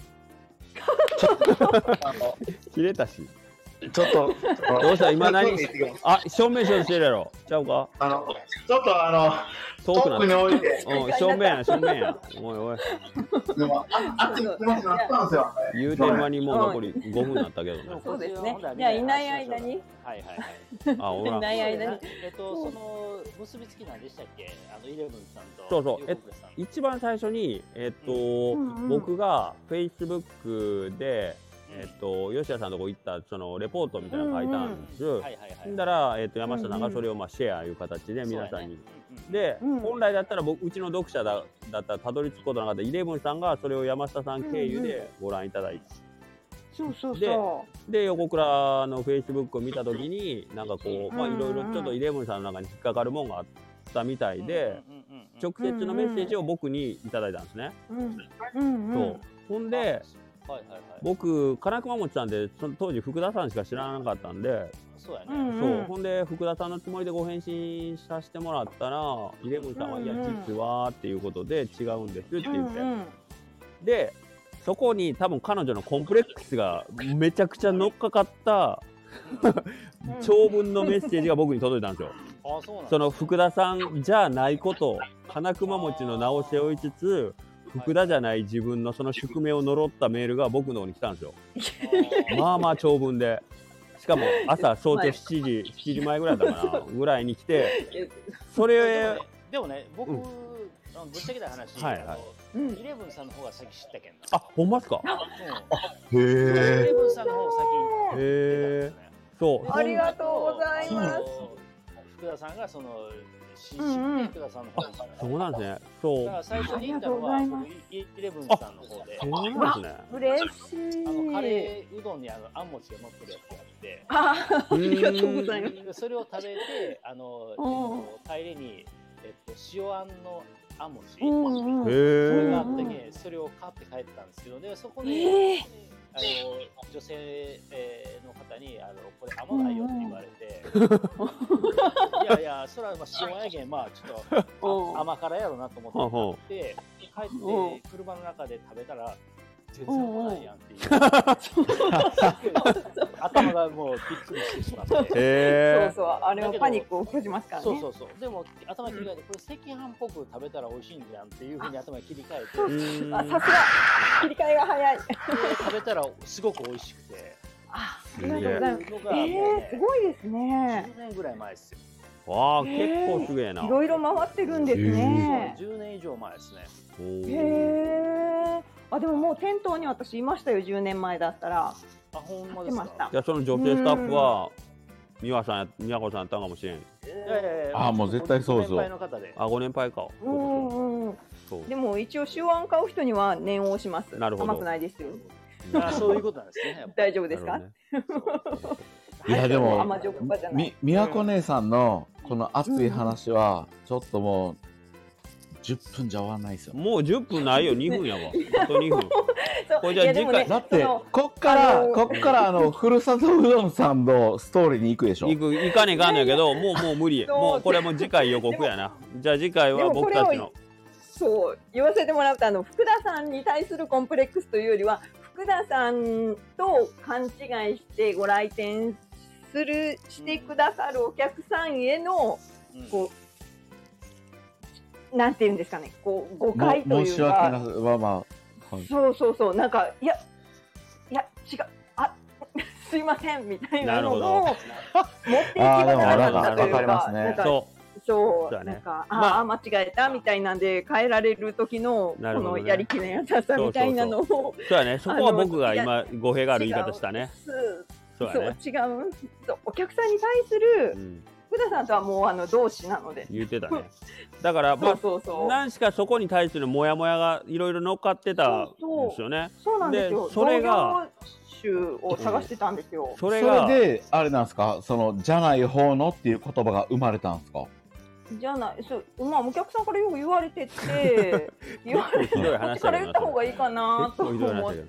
切れたし。 ちょっとどうした今何？正面衝突してるやろ。ちゃうか？ ちょっと遠くに置いて。 正面や。おい。 でも熱い気持ちになったんですよ。 言うてん間にもう残り5分になったけどね。 そうですね。いやいない間に。 はい。 いない間に。 その結びつきなんでしたっけ？イレブンさんと。 そう。一番最初に僕が Facebook で。吉田さんのとこ行ったそのレポートみたいなの書いたんです。だから山下さんがそれをシェアいう形で皆さんに。で本来だったらうちの読者だったらたどり着くことなかったイレブンさんがそれを山下さん経由でご覧いただいた。 そう。 で横倉の Facebook を見た時になんかこういろいろちょっとイレブンさんの中に引っかかるもんがあったみたいで直接のメッセージを僕にいただいたんですね。そうほんで僕金熊餅さんでその当時福田さんしか知らなかったんでそうやね。 ほんで福田さんのつもりでご返信させてもらったらイレブンさんはいや実はっていうことで違うんですって言ってでそこに多分彼女のコンプレックスがめちゃくちゃ乗っかかった長文のメッセージが僕に届いたんですよ。その福田さんじゃないこと金熊餅の名を背負いつつ福田じゃない自分のその宿命を呪ったメールが僕の方に来たんですよ。まあ長文でしかも朝早朝7時前ぐらいだかなぐらいに来てそれでもね僕ぶっちゃけた話イレブンさんの方が先知ったけんな。 あほんまっすか。 へえ。イレブンさんの方が先へえ。そうありがとうございます。 福田さんがその福田さんの方そうなんですね。そうだから最初に言ったのはイレブンさんの方で。 そうなんですね。 嬉しい。 カレーうどんにあんもちが乗ってるやつがあって。 ありがとうございます。 それを食べて帰りに塩あんのあんもちそれがあってねそれを買って帰ったんですけどでそこで女性の方にこれ甘ないよって言われていやそれは塩やけんちょっと甘辛やろなと思って帰って車の中で食べたら全然来ないやんっていう頭がもうびっくりしてしまって、 そうそう、あれはパニックを起こしますからね。 そうでも頭切り替えて、これ赤飯っぽく食べたら美味しいんじゃんっていうふうに頭切り替えて、 さすが切り替えが早い。 食べたらすごく美味しくて、 ありがとうございます。すごいですね。 10年ぐらい前ですよ。 わあ、結構すげえな。 いろいろ回ってるんですね。 10年以上前ですね。 へえ。あ、でももう店頭に私いましたよ、10年前だったら。 あ、ほんまですか。 じゃあその女性スタッフは美和さんや宮子さんやったかもしれん。 あ、もう絶対そうですよ。 あ、ご年配か。 でも一応塩あん買う人には念を押します。 なるほど。 甘くないですよ。 そういうことなんですね。 大丈夫ですか？ いやでも宮子姉さんのこの熱い話はちょっともう10分じゃ終わらないですよ。 もう10分ないよ、2分やわ。あと2分。これじゃあ次回だってこっからふるさとうどんさんのストーリーに行くでしょ。 行かねえかんねんけど、もう無理。もうこれも次回予告やな。じゃあ次回は僕たちの。 そう言わせてもらうと、福田さんに対するコンプレックスというよりは、福田さんと勘違いしてご来店してくださるお客さんへのこう、なんていうんですかね、こう誤解というか、申し訳なくそうなんかいや違う、あすいませんみたいなのを持っていきながらだというか、そうなんか間違えたみたいなんで変えられる時のこのやりきれなさみたいなのを、 そうやね、そこは僕が今語弊がある言い方したね。 そう違う、お客さんに対する福田さんとはもう同志なので言ってたね。だから何しかそこに対するモヤモヤがいろいろ乗っかってたんですよね。 そうなんですよ。それがを探してたんですよ。 それであれなんですか、そのじゃない方のっていう言葉が生まれたんですか。 じゃない、まあお客さんからよく言われてて、言われてこっちから言った方がいいかなと思って。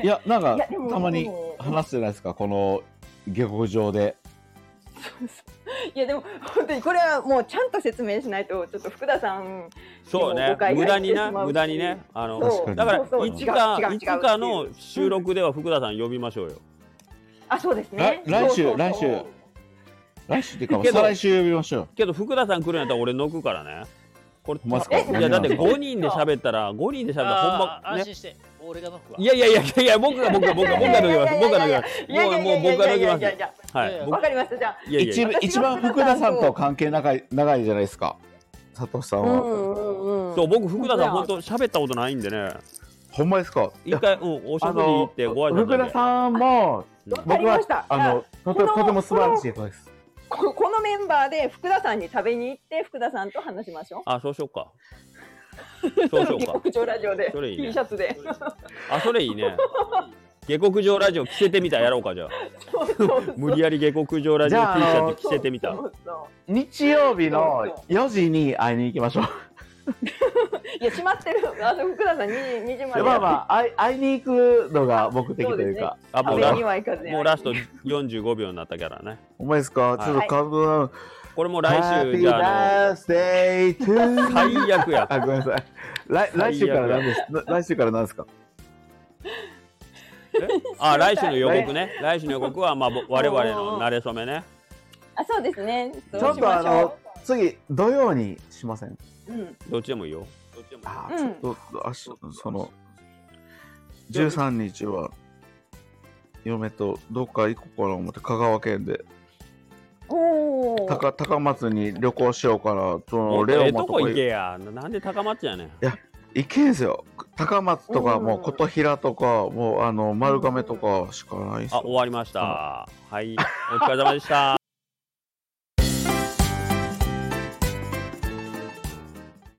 いやなんかたまに話すじゃないですか、この下克上で。 いやでも本当にこれはもうちゃんと説明しないと、ちょっと福田さんそうね、無駄にね、だからいつかの収録では福田さん呼びましょうよ。 あ、そうですね。 来週っていうか再来週呼びましょう。 けど福田さん来るんやったら俺乗くからね。これいやだって5人で喋ったらほんま安心して俺が乗くわ。 いや僕が乗きます。もう僕が乗きます。はい。 わかりました。じゃあ一番福田さんと関係長いじゃないですか、佐藤さんは。 そう、僕福田さん本当喋ったことないんでね。 ほんまですか。 一回おしゃべり行ってご挨拶。 福田さんも僕はとても素晴らしい人です。 このメンバーで福田さんに食べに行って福田さんと話しましょう。 あ、そうしようか。下克上ラジオで T シャツで。 あ、それいいね。下克上ラジオ着せてみたやろうか、じゃあ。無理やり下克上ラジオ T シャツ着せてみた。 日曜日の4時に会いに行きましょう。 いや、閉まってる。福田さん2時まで。 まあ会いに行くのが目的というか。 もうラスト45秒になったからね。 お前ですか。ちょっとカウントダウン。 これも来週じゃ最悪や。 ごめんなさい。来週から何ですか。 来週の予告ね。来週の予告は我々の馴れ初めね。 あ、そうですね。 ちょっと次土曜にしません。 どっちでもいいよ。 ちょっとその13日は嫁とどっか行こうかな思って、香川県で高松に旅行しようかな。 レオマとか行けや。なんで高松やねん。いや行けんすよ。高松とかもう琴平とかもう丸亀とかしかないっすよ。 終わりました。はい、お疲れ様でした。